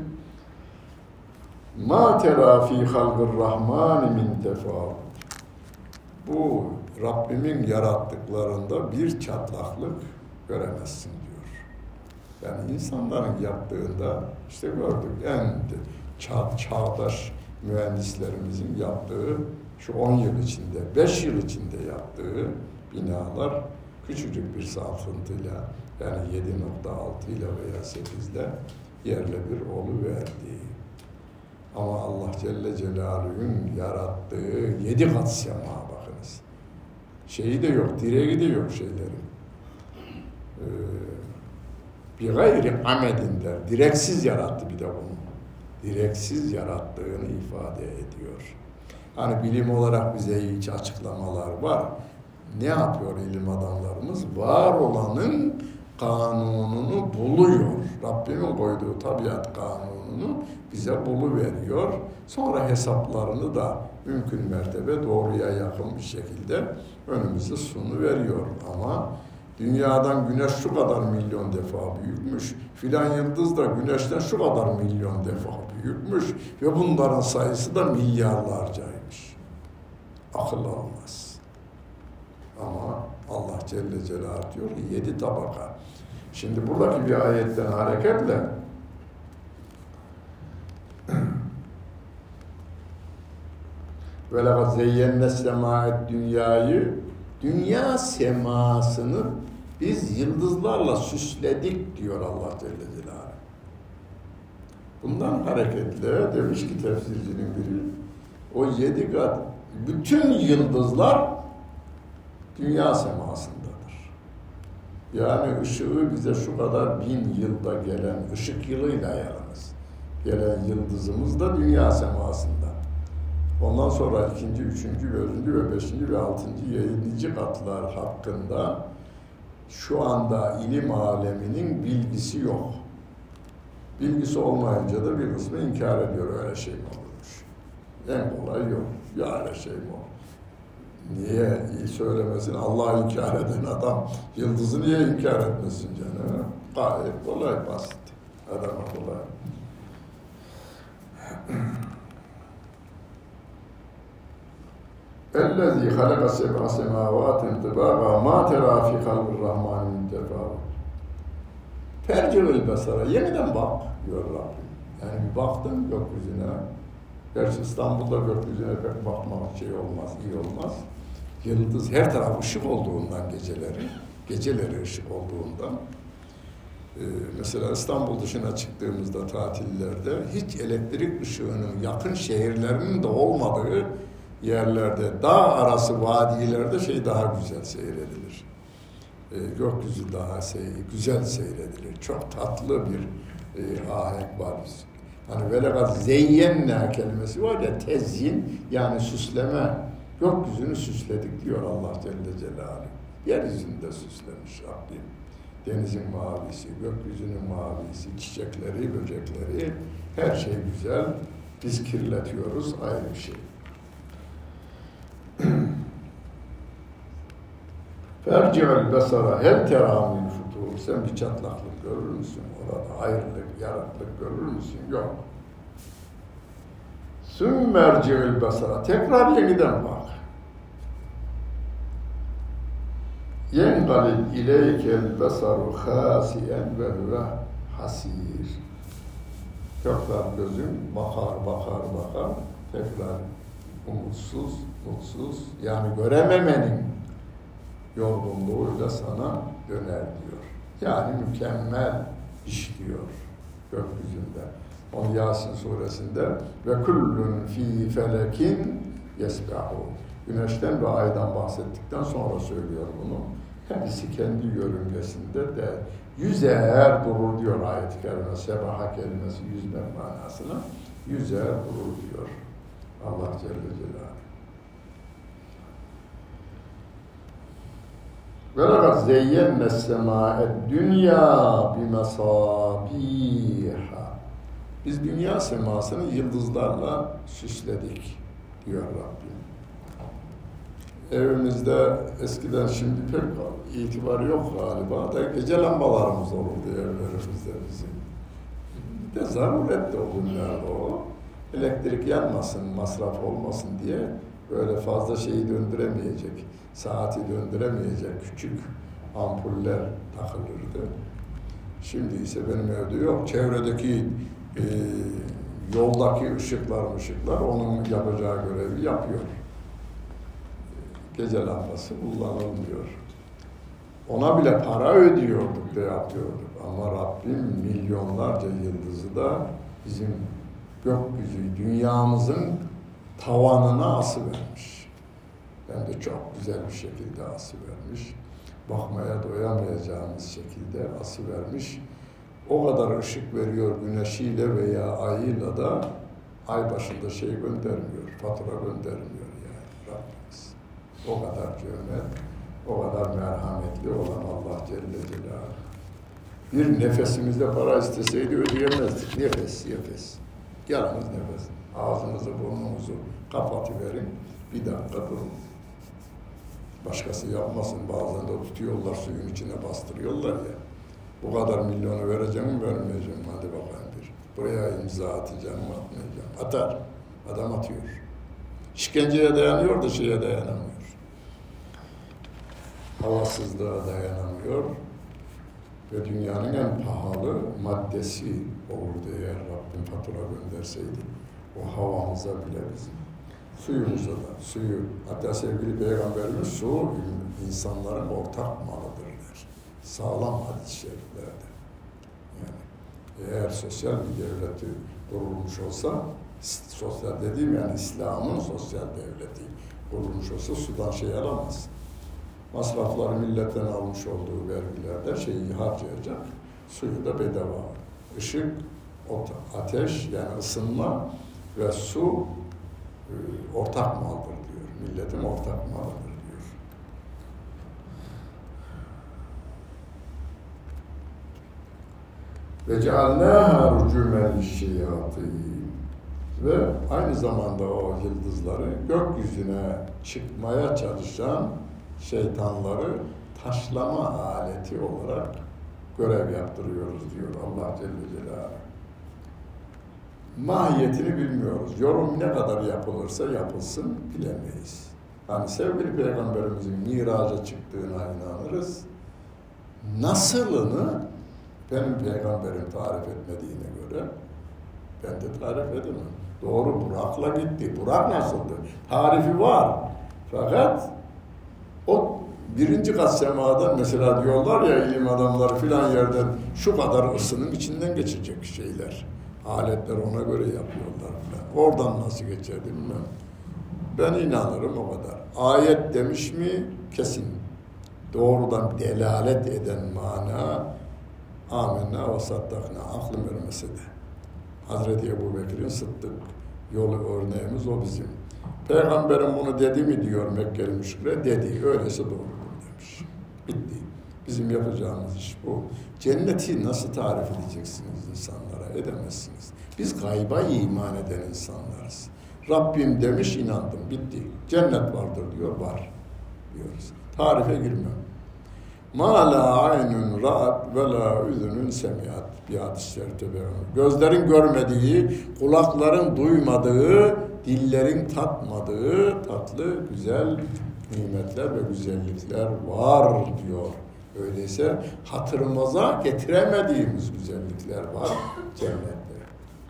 مَا تَرَى ف۪ي خَلْقِ الرَّحْمَانِ مِنْ تَفَاوُتٍ. Bu Rabbimin yarattıklarında bir çatlaklık göremezsin diyor. Yani insanların yaptığında işte gördük, en çağ, çağdaş mühendislerimizin yaptığı şu on yıl içinde, beş yıl içinde yaptığı binalar küçücük bir sarsıntıyla, yani yedi nokta altı ile veya sekizle yerle bir oluverdi. Ama Allah Celle Celaluhu'nun yarattığı yedi kat sema, bakınız. Şeyi de yok, direği de yok şeylerin. Ee, bir gayri amedin der. Direksiz yarattı bir de bunu. Direksiz yarattığını ifade ediyor. Hani bilim olarak bize hiç açıklamalar var. Ne yapıyor ilim adamlarımız? Var olanın kanununu buluyor. Rabbimin koyduğu tabiat kanununu bize buluveriyor. Sonra hesaplarını da mümkün mertebe doğruya yakın bir şekilde önümüze sunuveriyor. Ama dünyadan güneş şu kadar milyon defa büyükmüş, filan yıldız da güneşten şu kadar milyon defa büyükmüş ve bunların sayısı da milyarlarcaymış. Akıl almaz. Ama Allah Celle Celaluhu diyor ki yedi tabaka. Şimdi buradaki bir ayetten hareketle ve laqad zeyyenne semâet dünyayı, dünya semasını biz yıldızlarla süsledik diyor Allah Celle Celaluhu. Bundan hareketle demiş ki tefsircinin biri, o yedi kat bütün yıldızlar dünya semasındadır. Yani ışığı bize şu kadar bin yılda gelen, ışık yılıyla yalnız gelen yıldızımız da dünya semasında. Ondan sonra ikinci, üçüncü, dördüncü ve beşinci ve altıncı, yedinci katlar hakkında şu anda ilim aleminin bilgisi yok. Bilgisi olmayınca da bir kısmı inkar ediyor, öyle şey mi olurmuş? En kolay yok. Ya öyle şey mi olur? Niye iyi söylemesin? Allah inkar eden adam yıldızı niye inkar etmesin canım? Gayet kolay, basit. Adama kolay. اَلَّذ۪ي خَلَقَ سَبْعَ سَمَاوَاتٍ طِبَاقًا مَا تَرَى فِي خَلْقِ الرَّحْمَانِ مِنْ تَفَاوُتٍ. Tercihül besara, yeniden bak diyor Rabbim. Yani bir baktın gökyüzüne. Gerçi İstanbul'da gökyüzüne pek bakmak şey olmaz, iyi olmaz. Yıldız, her taraf ışık olduğundan geceleri, geceleri ışık olduğundan. Ee, mesela İstanbul dışına çıktığımızda tatillerde hiç elektrik ışığının yakın şehirlerinin de olmadığı yerlerde, dağ arası vadilerde şey daha güzel seyredilir. Ee, gökyüzü daha sey güzel seyredilir. Çok tatlı bir e, ahenk var. Hani velekad zeyyenna kelimesi var ya, tezyin, yani süsleme. Gökyüzünü süsledik diyor Allah Celle Celaluhu. Yeryüzünde süslemiş Rabbim. Denizin mavisi, gökyüzünün mavisi, çiçekleri, böcekleri, her şey güzel. Biz kirletiyoruz, ayrı bir şey. Ferci'ül besara hel teramil futur. Sen bir çatlaklık görür müsün orada? Ayrılık, yaraklık görür müsün? Yok. Sümmerci'ül basara. Tekrar yeniden bak. Yengalil ileykel basaru hasiyen ve huve hasir. Tekrar gözüm bakar, bakar, bakar. Tekrar umutsuz, mutsuz. Yani görememenin yorgunluğuyla sana döner diyor. Yani mükemmel işliyor gökyüzünde. On Yasin suresinde ve kullun fi felekin yesbahun. Güneşten ve aydan bahsettikten sonra söylüyor bunu. Hepsi kendi yörüngesinde de yüzer durur diyor ayet-i kerime. Sebaha kelimesi yüzmek manasına. Yüzer durur diyor Allah Celle Celaluhu. Ve lekad zeyyenne semâ'ed dünya bimesâbîhâ. Biz dünya semasını yıldızlarla süsledik diyor Rabbim. Evimizde eskiden şimdi pek itibarı yok galiba da gece lambalarımız olurdu evlerimizde bizim. Bir de zaruretti o günler o. Elektrik yanmasın, masraf olmasın diye böyle fazla şeyi döndüremeyecek, saati döndüremeyecek küçük ampuller takılırdı. Şimdi ise benim evde yok. Çevredeki e, yoldaki ışıklar ışıklar onun yapacağı görevi yapıyor. Gece lambası kullanılmıyor. Ona bile para ödüyorduk da yapıyorduk. Ama Rabbim milyonlarca yıldızı da bizim gökyüzü, dünyamızın tavanına asıvermiş. Hem de çok güzel bir şekilde asıvermiş. Bakmaya doyamayacağımız şekilde asıvermiş. O kadar ışık veriyor güneşiyle veya ayıyla da ay başında şey göndermiyor, fatura göndermiyor yani Rabbimiz. O kadar cömert, o kadar merhametli olan Allah Celle Celaluhu. Bir nefesimizde para isteseydi ödeyemezdik. Nefes, nefes. Yalnız nefes. Ağzınızı, burnunuzu kapatıverin. Bir dakika durun. Başkası yapmasın. Bazen de tutuyorlar, suyun içine bastırıyorlar ya. Bu kadar milyonu vereceğim, vermeyeceğim. Hadi bakayım bir. Buraya imza atacağım, atmayacağım. Atar. Adam atıyor. İşkenceye dayanıyor da şeye dayanamıyor. Havasızlığa dayanamıyor. Ve dünyanın en pahalı maddesi olurdu eğer Rabbim fatura gönderseydi. O havamıza bile bizim. Suyumuza da. Suyu, hatta sevgili Peygamberimiz su insanların ortak malıdır der. Sağlam hadis-i şeriflerde. Yani eğer sosyal bir devleti kurulmuş olsa, sosyal dediğim yani İslam'ın sosyal devleti kurulmuş olsa sudan şey alamaz. Masrafları milletten almış olduğu vergilerde şeyi harcayacak, suyu da bedava. Işık, ateş yani ısınma ve su e, ortak maldır diyor. Milletin ortak malıdır diyor. Ve cealnâhâ rücûmen şeyâtîn. Ve aynı zamanda o yıldızları gökyüzüne çıkmaya çalışan şeytanları taşlama aleti olarak görev yaptırıyoruz diyor Allah Celle Celaluhu. Mahiyetini bilmiyoruz. Yorum ne kadar yapılırsa yapılsın bilemeyiz. Hani sevgili Peygamberimizin miraca çıktığına inanırız. Nasılını benim Peygamberim tarif etmediğine göre ben de tarif edemem. Doğru, Burak'la gitti. Burak nasıldı? Tarifi var. Fakat o birinci kat semadan mesela diyorlar ya ilim adamları filan yerden şu kadar ısının içinden geçecek şeyler. Aletler ona göre yapıyorlar filan. Oradan nasıl geçer bilmem. Ben inanırım o kadar. Ayet demiş mi kesin. Doğrudan delalet eden mana amenna ve saddakna aklım ermese de. Hazreti Ebu Bekir'in Sıddık yolu örneğimiz o bizim. Peygamberim bunu dedi mi diyor Mekkeli müşrikler, dedi. Öyleyse doğrudur demiş. Bitti. Bizim yapacağımız iş bu. Cenneti nasıl tarif edeceksiniz insanlara? Edemezsiniz. Biz gayba iman eden insanlarız. Rabbim demiş, inandım. Bitti. Cennet vardır diyor, var diyoruz. Tarife girmem. Ma la aynun ra'at ve la üzünün semiyat. Bir hadis-i şerifte. Gözlerin görmediği, kulakların duymadığı dillerin tatmadığı tatlı, güzel nimetler ve güzellikler var diyor. Öyleyse hatırımıza getiremediğimiz güzellikler var cennette.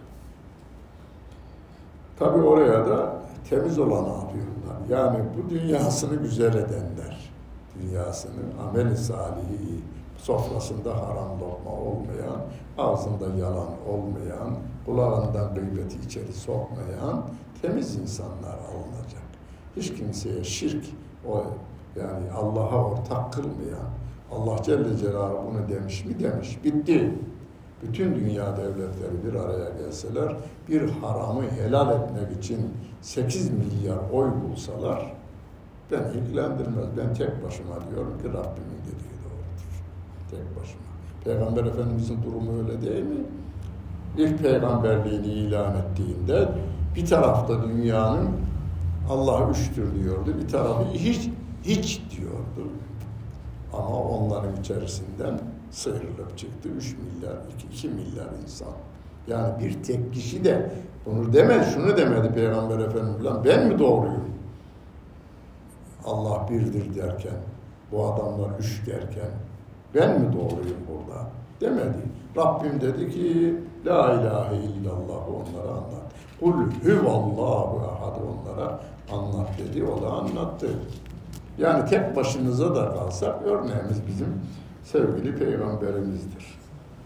Tabi oraya da temiz olanı alıyorlar. Yani bu dünyasını güzel edenler, dünyasını amel-i salihi, sofrasında haram lokma olmayan, ağzında yalan olmayan, kulağından gıybeti içeri sokmayan temiz insanlar alınacak. Hiç kimseye şirk, o yani Allah'a ortak kılmayan, Allah Celle Celaluhu bunu demiş mi demiş, bitti. Bütün dünya devletleri bir araya gelseler, bir haramı helal etmek için sekiz milyar oy bulsalar, beni ilgilendirmez. Ben tek başıma diyorum ki Rabbimin dediği doğrudur. Tek başıma. Peygamber Efendimizin durumu öyle değil mi? İlk peygamberliğini ilan ettiğinde bir tarafta dünyanın Allah üçtür diyordu, bir tarafı hiç hiç diyordu. Ama onların içerisinden sıyrılıp çıktı üç milyar, iki milyar insan. Yani bir tek kişi de bunu demedi, şunu demedi Peygamber Efendimiz, ben mi doğruyum? Allah birdir derken, bu adamlar üç derken, ben mi doğruyum burada? Demedi. Rabbim dedi ki, la ilahe illallah onlara anlat. Kul huvallahu ahad onlara anlat dedi, o da anlattı. Yani tek başınıza da kalsak örneğimiz bizim sevgili Peygamberimizdir.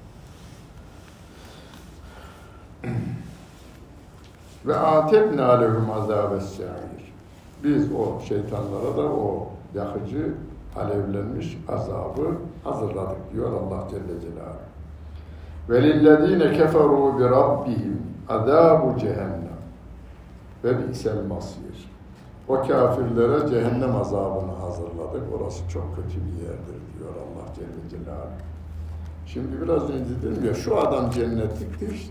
Ve atebna lehum azâbes-sâir. Biz o şeytanlara da o yakıcı, alevlenmiş azabı hazırladık diyor Allah Celle Celaluhu. وَلِلَّذ۪ينَ كَفَرُوا بِرَبِّهِمْ عَذَابُ cehennem ve bi'sel masir. O kafirlere cehennem azabını hazırladık. Orası çok kötü bir yerdir diyor Allah Celle Celaluhu. Şimdi biraz önce dedim ya, şu adam cennetliktir,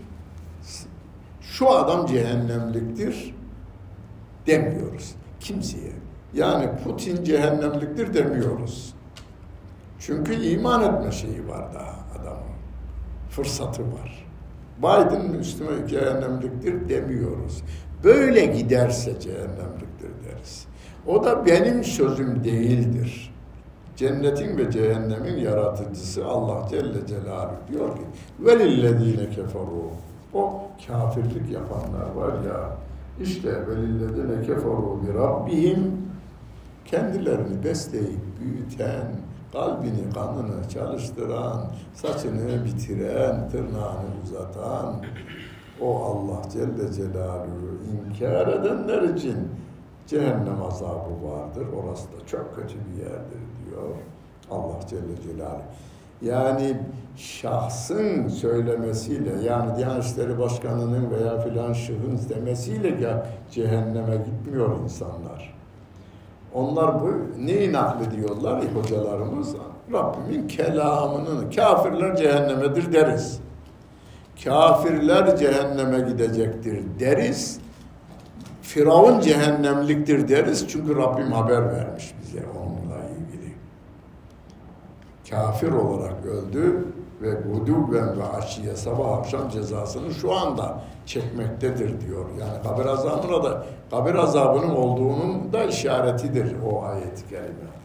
şu adam cehennemliktir demiyoruz kimseye. Yani Putin cehennemliktir demiyoruz. Çünkü iman etme şeyi var daha adamın. Fırsatı var. Biden Müslüman cehennemliktir demiyoruz. Böyle giderse cehennemliktir deriz. O da benim sözüm değildir. Cennetin ve cehennemin yaratıcısı Allah Celle Celaluhu diyor ki velillezine keferu. O kafirlik yapanlar var ya, işte velillezine keferu bi rabbihim, kendilerini besleyip büyüten, kalbini, kanını çalıştıran, saçını bitiren, tırnağını uzatan o Allah Celle Celaluhu inkar edenler için cehennem azabı vardır. Orası da çok kötü bir yerdir diyor Allah Celle Celaluhu. Yani şahsın söylemesiyle, yani Diyanet İşleri Başkanı'nın veya filan şahıs demesiyle cehenneme gitmiyor insanlar. Onlar bu neyi naklediyorlar hocalarımız? Rabbimin kelamını, kafirler cehennemedir deriz. Kafirler cehenneme gidecektir deriz. Firavun cehennemliktir deriz. Çünkü Rabbim haber vermiş bize onunla ilgili. Kafir olarak öldü ve guduben ve aşiye sabah akşam cezasını şu anda çekmektedir diyor. Yani kabir azabına da kabir azabının olduğunun da işaretidir o ayet-i kerime.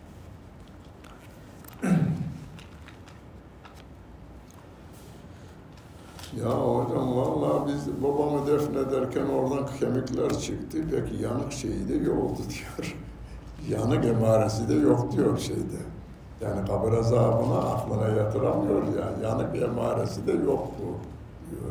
Ya hocam vallahi biz babamı defnederken oradan kemikler çıktı. Peki yanık şeyi de yoktu diyor. Yanık emaresi de yok diyor şeyde. Yani kabir azabına aklına yatıramıyor yani. Yanık emaresi de yoktu diyor.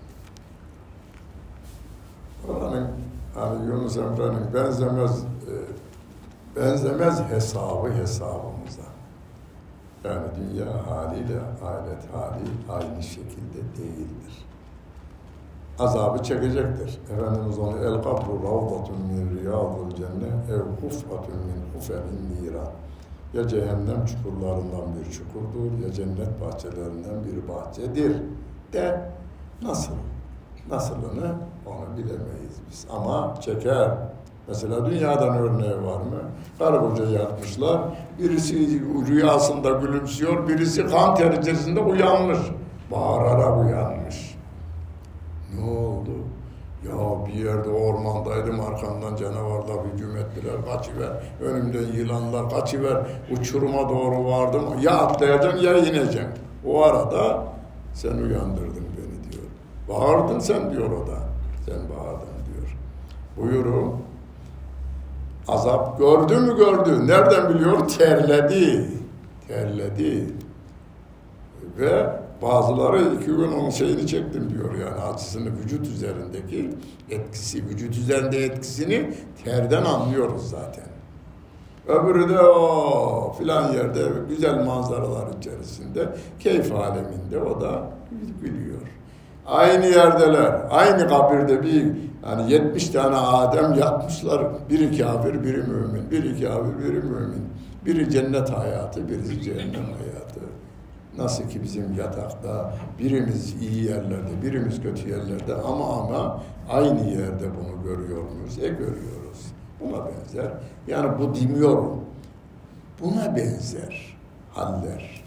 Oranın hani Yunus Emre'nin benzemez e, benzemez hesabı hesabımıza. Yani dünya haliyle ahiret hali aynı şekilde değildir. Azabı çekecektir. Efendimiz onu el kabru ravdatun min riyadul cennet ev huffatun min hufemin niran. Ya cehennem çukurlarından bir çukurdur, ya cennet bahçelerinden bir bahçedir de nasıl? Nasılını onu bilemeyiz biz. Ama çeker. Mesela dünyadan örneği var mı? Karı koca yatmışlar. Birisi rüyasında gülümsüyor, birisi kan ter içerisinde uyanmış. Bağırarak uyanmış. Ne oldu? Ya bir yerde ormandaydım, arkamdan canavarlar hücum ettiler, kaçıver, önümden yılanlar kaçıver, uçuruma doğru vardım, ya atlayacaksın ya ineceksin. O arada sen uyandırdın beni diyor. Bağırdın sen diyor o da, sen bağırdın diyor. Buyurun, azap gördü mü gördü, nereden biliyor? Terledi, terledi. Ve bazıları iki gün onun şeyini çektim diyor, yani acısını, vücut üzerindeki etkisi, vücut üzerinde etkisini terden anlıyoruz zaten. Öbürü de o filan yerde güzel manzaralar içerisinde, keyif aleminde, o da gülüyor. Aynı yerdeler, aynı kabirde bir yani yetmiş tane Adem yatmışlar, biri kafir, biri mümin, biri kafir, biri mümin, biri cennet hayatı, birisi cehennem hayatı. Nasıl ki bizim yatakta birimiz iyi yerlerde, birimiz kötü yerlerde ama ama aynı yerde bunu görüyor muyuz? E görüyoruz. Buna benzer. Yani bu demiyorum. Buna benzer haller.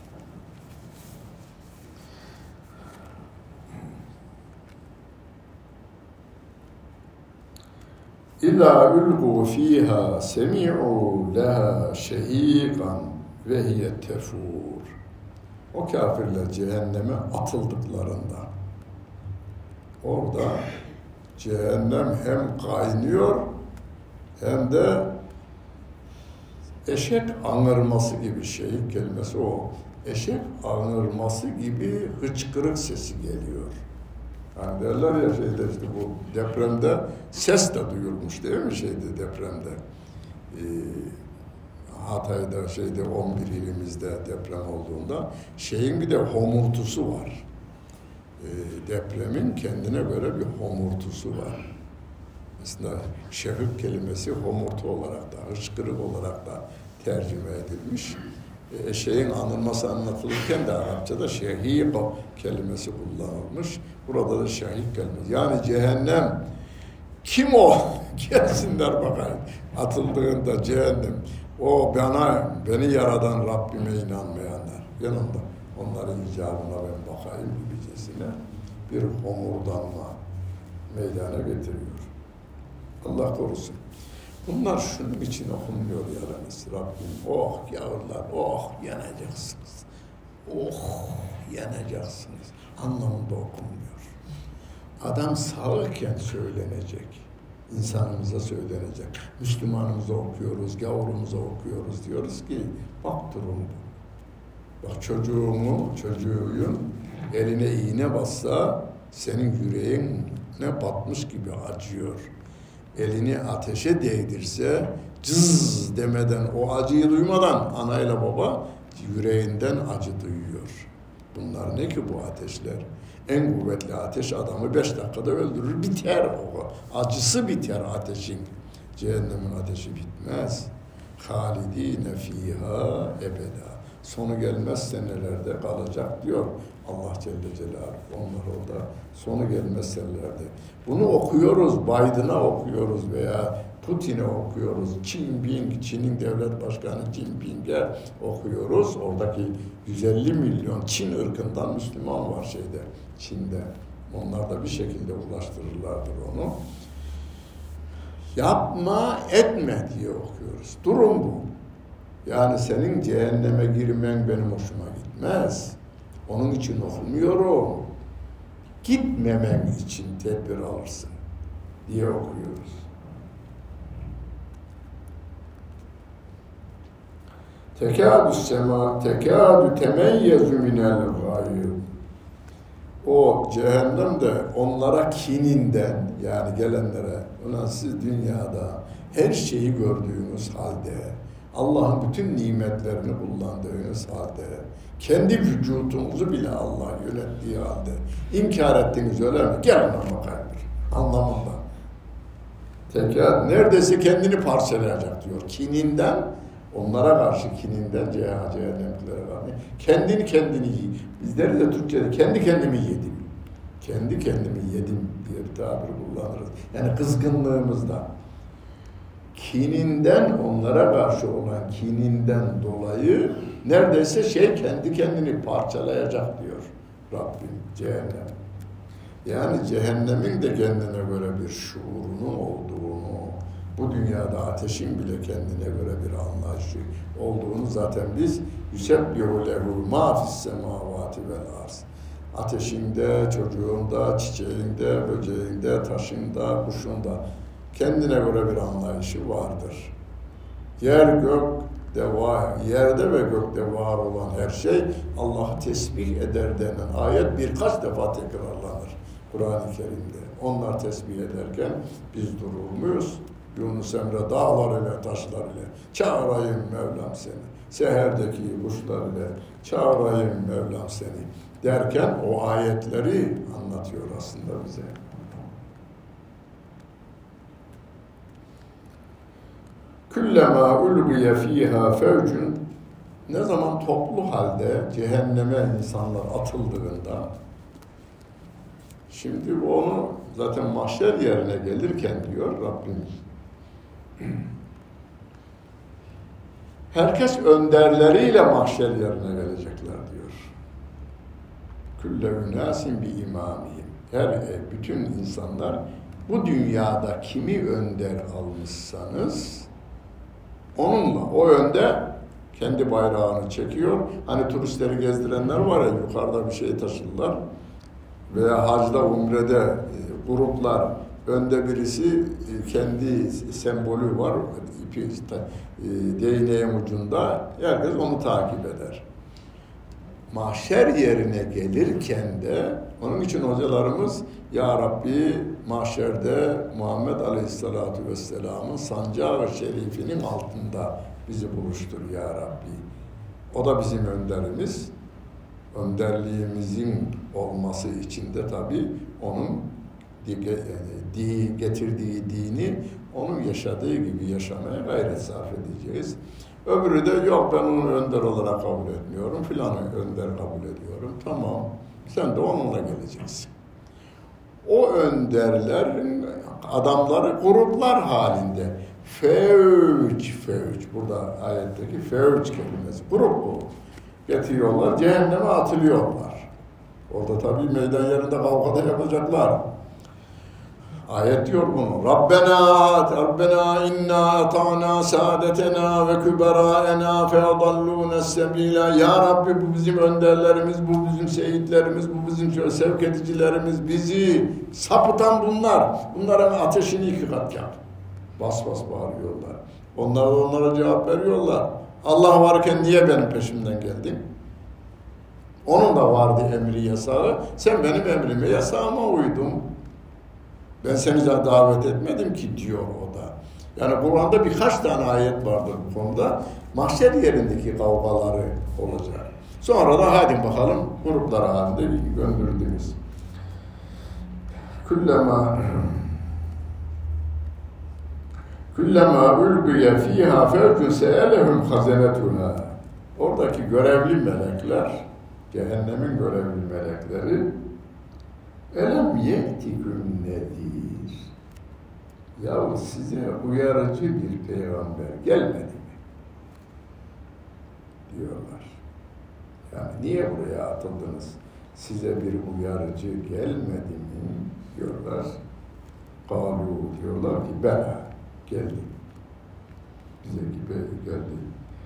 İzâ ulgû fîhâ semi'û lehâ şehîkan ve hiye tefûr. O kafirler cehenneme atıldıklarında orada cehennem hem kaynıyor hem de eşek anırması gibi, şehit kelimesi o. Eşek anırması gibi hıçkırık sesi geliyor. Hani derler ya şeyde işte bu depremde ses de duyulmuş değil mi şeyde depremde? Ee, Hatay'da şeyde on bir ilimizde deprem olduğunda şeyin bir de homurtusu var. E, depremin kendine göre bir homurtusu var. Mesela şehik kelimesi homurtu olarak da, hıçkırık olarak da tercüme edilmiş. E, şeyin anılması anlatılırken de Arapçada şehik kelimesi kullanılmış. Burada da şehik kelimesi. Yani cehennem kim o? Gelsinler bakayım. Atıldığında cehennem. O bana, beni yaradan Rabbime inanmayanlar. Yanımda onların icabına ben bakayım gibicesine bir homurdanma meydana getiriyor. Allah korusun. Bunlar şunun için okunmuyor yalnız Rabbim. Oh yavrular, oh yanacaksınız. Oh yanacaksınız. Anlamında okunmuyor. Adam sağırken söylenecek. İnsanımıza söylenecek. Müslümanımıza okuyoruz, gavurumuza okuyoruz. Diyoruz ki bak durum bu. Bak çocuğumu, çocuğun eline iğne bassa senin yüreğine batmış gibi acıyor. Elini ateşe değdirse cız demeden, o acıyı duymadan anayla baba yüreğinden acı duyuyor. Bunlar ne ki bu ateşler? En kuvvetli ateş adamı beş dakikada öldürür, biter o. Acısı biter ateşin. Cehennemin ateşi bitmez. Halidine fiha ebeda. Sonu gelmez senelerde kalacak diyor Allah Celle Celaluhu. Onlar orada sonu gelmez senelerde. Bunu okuyoruz, Biden'a okuyoruz veya Putin'e okuyoruz. Jinping, Çin'in devlet başkanı Jinping'e okuyoruz. Oradaki yüz elli milyon Çin ırkından Müslüman var şeyde, Çin'de. Onlar da bir şekilde ulaştırırlardır onu. Yapma, etme diye okuyoruz. Durum bu. Yani senin cehenneme girmen benim hoşuma gitmez. Onun için okumuyorum. Gitmemen için tedbir alırsın diye okuyoruz. Tekâdü sema, tekâdü temeyyezu minel gâyib. O cehennem de onlara kininden, yani gelenlere, ulan siz dünyada her şeyi gördüğünüz halde, Allah'ın bütün nimetlerini kullandığınız halde, kendi vücudunuzu bile Allah yönettiği halde inkar ettiniz öyle mi? Gel ona bakayım anlamında. Tekrar neredeyse kendini parçalayacak diyor. Kininden, onlara karşı kininden cehennemlere karşı. Kendini kendini yiyin. Bizleri de Türkçe'de kendi kendimi yedim. Kendi kendimi yedim diye bir tabir kullanırız. Yani kızgınlığımızda. Kininden, onlara karşı olan kininden dolayı neredeyse şey kendi kendini parçalayacak diyor Rabbim cehennem. Yani cehennemin de kendine göre bir şuurunun olduğunu, bu dünyada ateşin bile kendine göre bir anlayışı olduğunu zaten biz yusebbihu lehu ma fis semavati vel arz. Ateşinde, çocuğunda, çiçeğinde, böceğinde, taşında, kuşunda kendine göre bir anlayışı vardır. Yer gök de var, yerde ve gökte var olan her şey Allah'ı tesbih eder denen ayet birkaç defa tekrarlanır Kur'an-ı Kerim'de. Onlar tesbih ederken biz durur muyuz? Yunus Emre dağlar ile taşlar ile çağırayım Mevlam seni. Seherdeki kuşlar ile çağırayım Mevlam seni derken o ayetleri anlatıyor aslında bize. Küllema ulgiye fiha fevcun, ne zaman toplu halde cehenneme insanlar atıldığında, şimdi onu zaten mahşer yerine gelirken diyor Rabbimiz, herkes önderleriyle mahşer yerine gelecekler diyor. Külle ünasin bi imamihim. Her bütün insanlar bu dünyada kimi önder almışsanız onunla, o önde kendi bayrağını çekiyor. Hani turistleri gezdirenler var ya, yukarıda bir şey taşırlar. Veya hacda, umrede e, gruplar, önde birisi e, kendi sembolü var, ipi, e, değneğin ucunda, herkes onu takip eder. Mahşer yerine gelirken de, onun için hocalarımız, Ya Rabbi mahşerde Muhammed Aleyhisselatü Vesselam'ın sancağı şerifinin altında bizi buluştur Ya Rabbi. O da bizim önderimiz. Önderliğimizin olması için de tabii onun getirdiği dini onun yaşadığı gibi yaşamaya gayret sarf edeceğiz. Öbürü de yok ben onu önder olarak kabul etmiyorum, filanı önder kabul ediyorum. Tamam, sen de onunla geleceksin. O önderlerin adamları gruplar halinde. Fevç, fevç. Burada ayetteki fevç kelimesi. Grup bu. Getiriyorlar, cehenneme atılıyorlar. Orada tabii meydan yerinde kavgada yapacaklar. Ayet diyor bunu. Rabbena, Rabbena inna ata'na saadetena ve küberaena fe adallûne sebîlâ. Ya Rabbi bu bizim önderlerimiz, bu bizim şehitlerimiz, bu bizim sevk edicilerimiz, bizi sapıtan bunlar. Bunların ateşini iki kat yap. Bas bas bağırıyorlar. Onlar da onlara cevap veriyorlar. Allah varken niye benim peşimden geldin? Onun da vardı emri yasağı. Sen benim emrime yasağıma uydun. Ben seni davet etmedim ki diyor o da. Yani Kur'an'da birkaç tane ayet vardır bu konuda. Mahşer yerindeki kavgaları olacak. Sonra da hadi bakalım gruplar halinde gönderildiniz. Kullama Kullama ulqiye fiha fevcun se'elehum hazenetuna. Oradaki görevli melekler, cehennemin görevli melekleri, elem ye'tiküm nedir? Yahu size uyarıcı bir peygamber gelmedi mi? Diyorlar. Yani niye buraya atıldınız? Size bir uyarıcı gelmedi mi? Diyorlar. Kalu diyorlar ki bela geldi. Bize gibi geldi.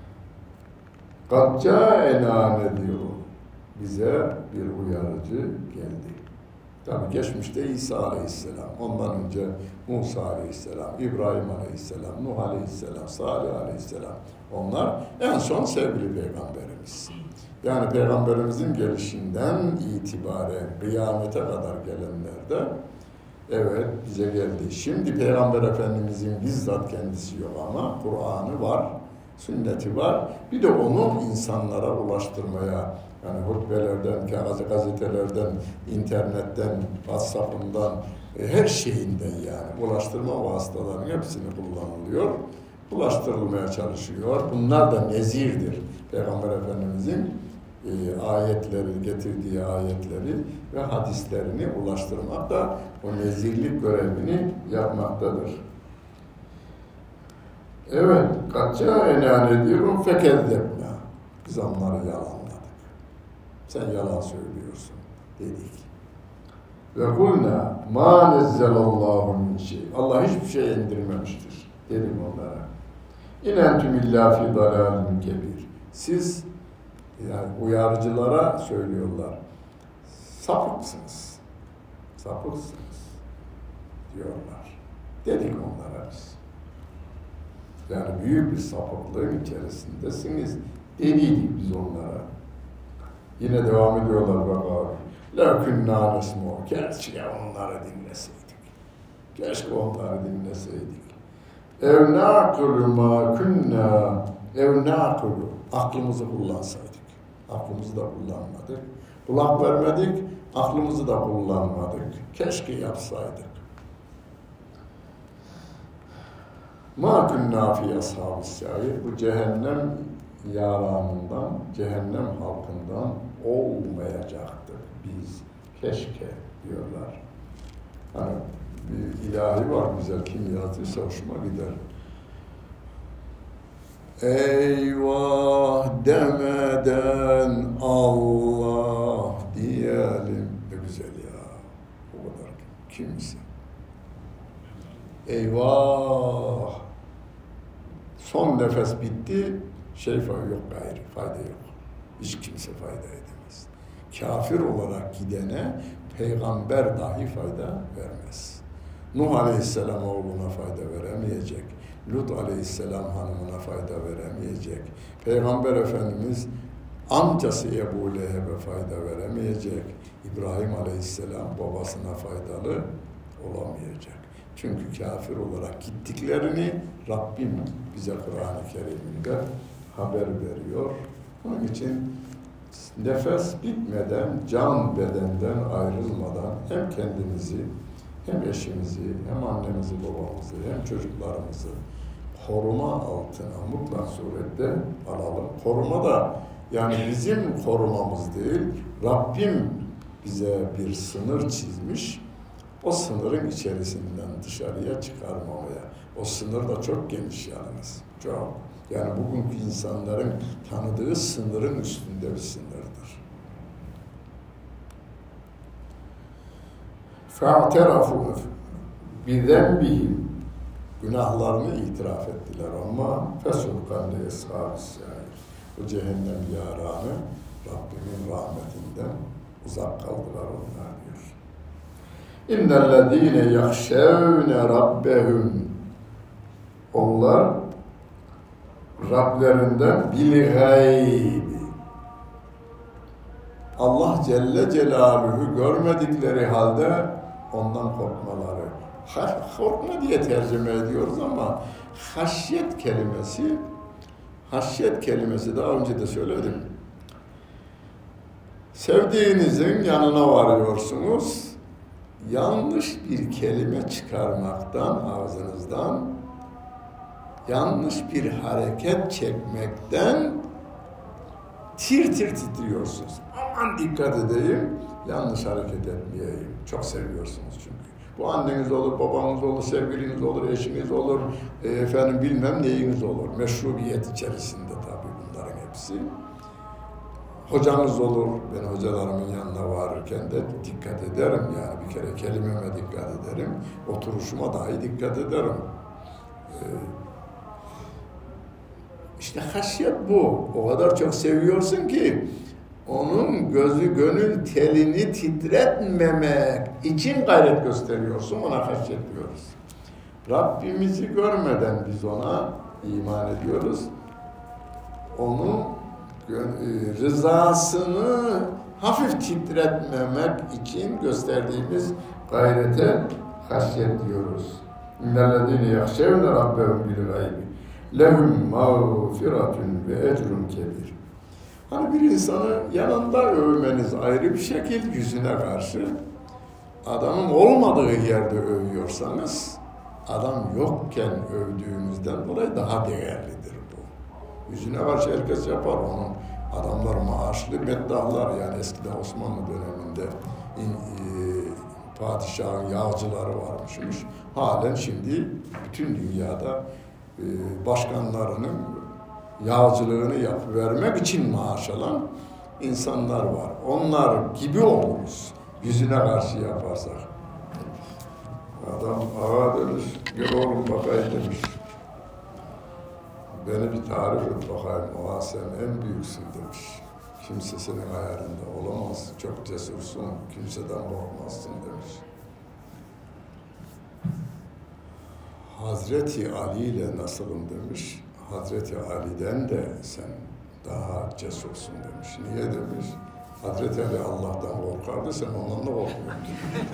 Kad câenâ diyor. Bize bir uyarıcı geldi. Tabi geçmişte İsa Aleyhisselam, ondan önce Musa Aleyhisselam, İbrahim Aleyhisselam, Nuh Aleyhisselam, Salih Aleyhisselam. Onlar en son sevgili peygamberimiz. Yani peygamberimizin gelişinden itibaren kıyamete kadar gelenler de evet bize geldi. Şimdi Peygamber Efendimizin bizzat kendisi yok ama Kur'an'ı var, sünneti var. Bir de onu insanlara ulaştırmaya, yani hutbelerden, gazetelerden, internetten, WhatsApp'ından, her şeyinden yani ulaştırma vasıtalarının hepsini kullanılıyor. Ulaştırılmaya çalışıyor. Bunlar da nezirdir. Peygamber Efendimizin e, ayetleri, getirdiği ayetleri ve hadislerini ulaştırmak da o nezirlik görevini yapmaktadır. Evet, kaçça enan ediyorum fekezzebna. Biz onları yalanladık. Sen yalan söylüyorsun dedik. Ve kulna ma nezzelallahu min şey. Allah hiçbir şey indirmemiştir. Dedim onlara. İn entum illa fi dalalin kebir. Siz yani uyarıcılara söylüyorlar. Sapıksınız. Sapıksınız diyorlar. Dedik onlara biz. Yani büyük bir sapıklığın içerisindesiniz. Dediydik biz onlara. Yine devam ediyorlar bak abi. Lakin nânesmû. Keşke onları dinleseydik. Keşke onları dinleseydik. Ev nâkulu mâ künnâ ev nâkulu. Aklımızı kullansaydık. Aklımızı da kullanmadık. Kulak vermedik, aklımızı da kullanmadık. Keşke yapsaydık. مَا كُنَّا فِي أَصْحَابِ السَّعِيرِ. Bu cehennem yaranından, cehennem halkından olmayacaktık biz. Keşke diyorlar. Hani bir ilahi var güzel, kim yazdıysa hoşuma gider. Eyvah demeden Allah diyelim. Ne güzel ya. O kadar kimse. Eyvah. Son nefes bitti. Şey yok gayrı. Fayda yok. Hiç kimse fayda edemez. Kafir olarak gidene peygamber dahi fayda vermez. Nuh Aleyhisselam oğluna fayda veremeyecek. Lut Aleyhisselam hanımına fayda veremeyecek. Peygamber Efendimiz amcası Ebu Leheb'e fayda veremeyecek. İbrahim Aleyhisselam babasına faydalı olamayacak. Çünkü kafir olarak gittiklerini Rabbim bize Kur'an-ı Kerim'inde haber veriyor. Onun için nefes bitmeden, can bedenden ayrılmadan hem kendimizi, hem eşimizi, hem annemizi, babamızı, hem çocuklarımızı koruma altına mutlak surette alalım. Koruma da yani bizim korumamız değil, Rabbim bize bir sınır çizmiş, o sınırın içerisinden dışarıya çıkarmamaya. O sınır da çok geniş yalnız, çok. Yani bugünkü insanların tanıdığı sınırın üstünde bir sınırdır. فَاَعْتَرَفُوا بِذَنْبِهِمْ. Günahlarını itiraf ettiler ama فَسُلْقَنْ لِيَسْغَابِ السَّعِيرِ. Bu cehennem yaranı Rabbimin rahmetinden uzak kaldılar onlar diyor. اِنَّ الَّذ۪ينَ يَخْشَوْنَ رَبَّهُمْ. Onlar Rablerinden bil-gaybi. Allah Celle Celaluhu görmedikleri halde ondan korkmaları. Korkma diye tercüme ediyoruz ama haşyet kelimesi, haşyet kelimesi daha önce de söyledim. Sevdiğinizin yanına varıyorsunuz, yanlış bir kelime çıkarmaktan ağzınızdan, yanlış bir hareket çekmekten tir tir titriyorsunuz. Aman dikkat edeyim, yanlış hareket etmeyeyim. Çok seviyorsunuz çünkü. Bu anneniz olur, babanız olur, sevgiliniz olur, eşiniz olur, e, efendim bilmem neyiniz olur. Meşrubiyet içerisinde tabii bunların hepsi. Hocanız olur, ben hocalarımın yanına varırken de dikkat ederim yani bir kere kelimeme dikkat ederim, oturuşuma dahi dikkat ederim. Ee, işte haşyet bu, o kadar çok seviyorsun ki onun gözü gönül telini titretmemek için gayret gösteriyorsun, ona haşyet diyoruz. Rabbimizi görmeden biz ona iman ediyoruz, onu rızasını hafif titretmemek için gösterdiğimiz gayrete haşyet diyoruz. İnnellezîne yahşevne rabbehum bil gaybi lehum mağfiretun ve ecrun kebir. Hani bir insanı yanında övmeniz ayrı bir şekil, yüzüne karşı adamın olmadığı yerde övüyorsanız adam yokken övdüğünüzden dolayı daha değerlidir bu. Yüzüne karşı herkes yapar onun. Adamlar maaşlı meddahlar, yani eskiden Osmanlı döneminde in, e, padişahın yağcıları varmışmış. Halen şimdi bütün dünyada e, başkanlarının yağcılığını yapıvermek için maaş alan insanlar var. Onlar gibi oluruz. yüzüne karşı yaparsak. Adam ağa demiş, gel oğlum bakayım demiş. Beni bir tarif et bakayım, ağa sen en büyüksün demiş. Kimse senin ayarında olamaz, çok cesursun, kimseden korkmazsın demiş. Hazreti Ali ile nasılım demiş, Hazreti Ali'den de sen daha cesursun demiş. Niye demiş? Hazreti Ali Allah'tan korkardı, sen ondan da korkmuyordun.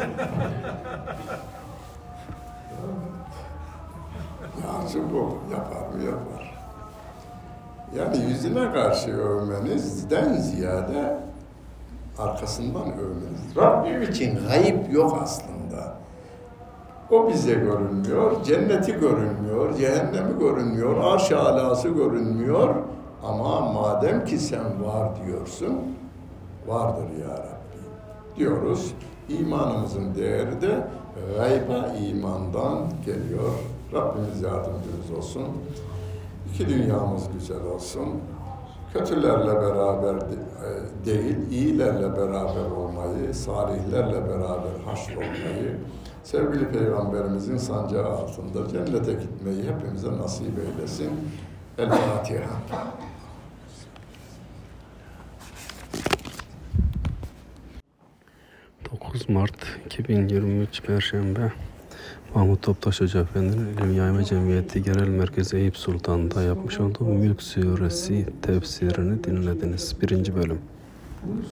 Yani bu yapar mı yapar. Yani yüzüne karşı övmenizden ziyade arkasından övmeniz. Rabbim için gayip yok aslında. O bize görünmüyor, cenneti görünmüyor, cehennemi görünmüyor, arş-ı alası görünmüyor. Ama madem ki sen var diyorsun, vardır ya Rabbi diyoruz. İmanımızın değeri de gayba imandan geliyor. Rabbimiz yardımcımız olsun. İki dünyamız güzel olsun. Kötülerle beraber değil, iyilerle beraber olmayı, salihlerle beraber haşrolmayı, sevgili Peygamberimizin sancağı altında cennete gitmeyi hepimize nasip eylesin. El Fatiha. dokuz Mart iki bin yirmi üç Perşembe Mahmut Toptaş Hoca Efendi'nin İlim Yayma Cemiyeti Genel Merkezi Eyüp Sultan'da yapmış olduğu Mülk Suresi tefsirini dinlediniz. Birinci bölüm.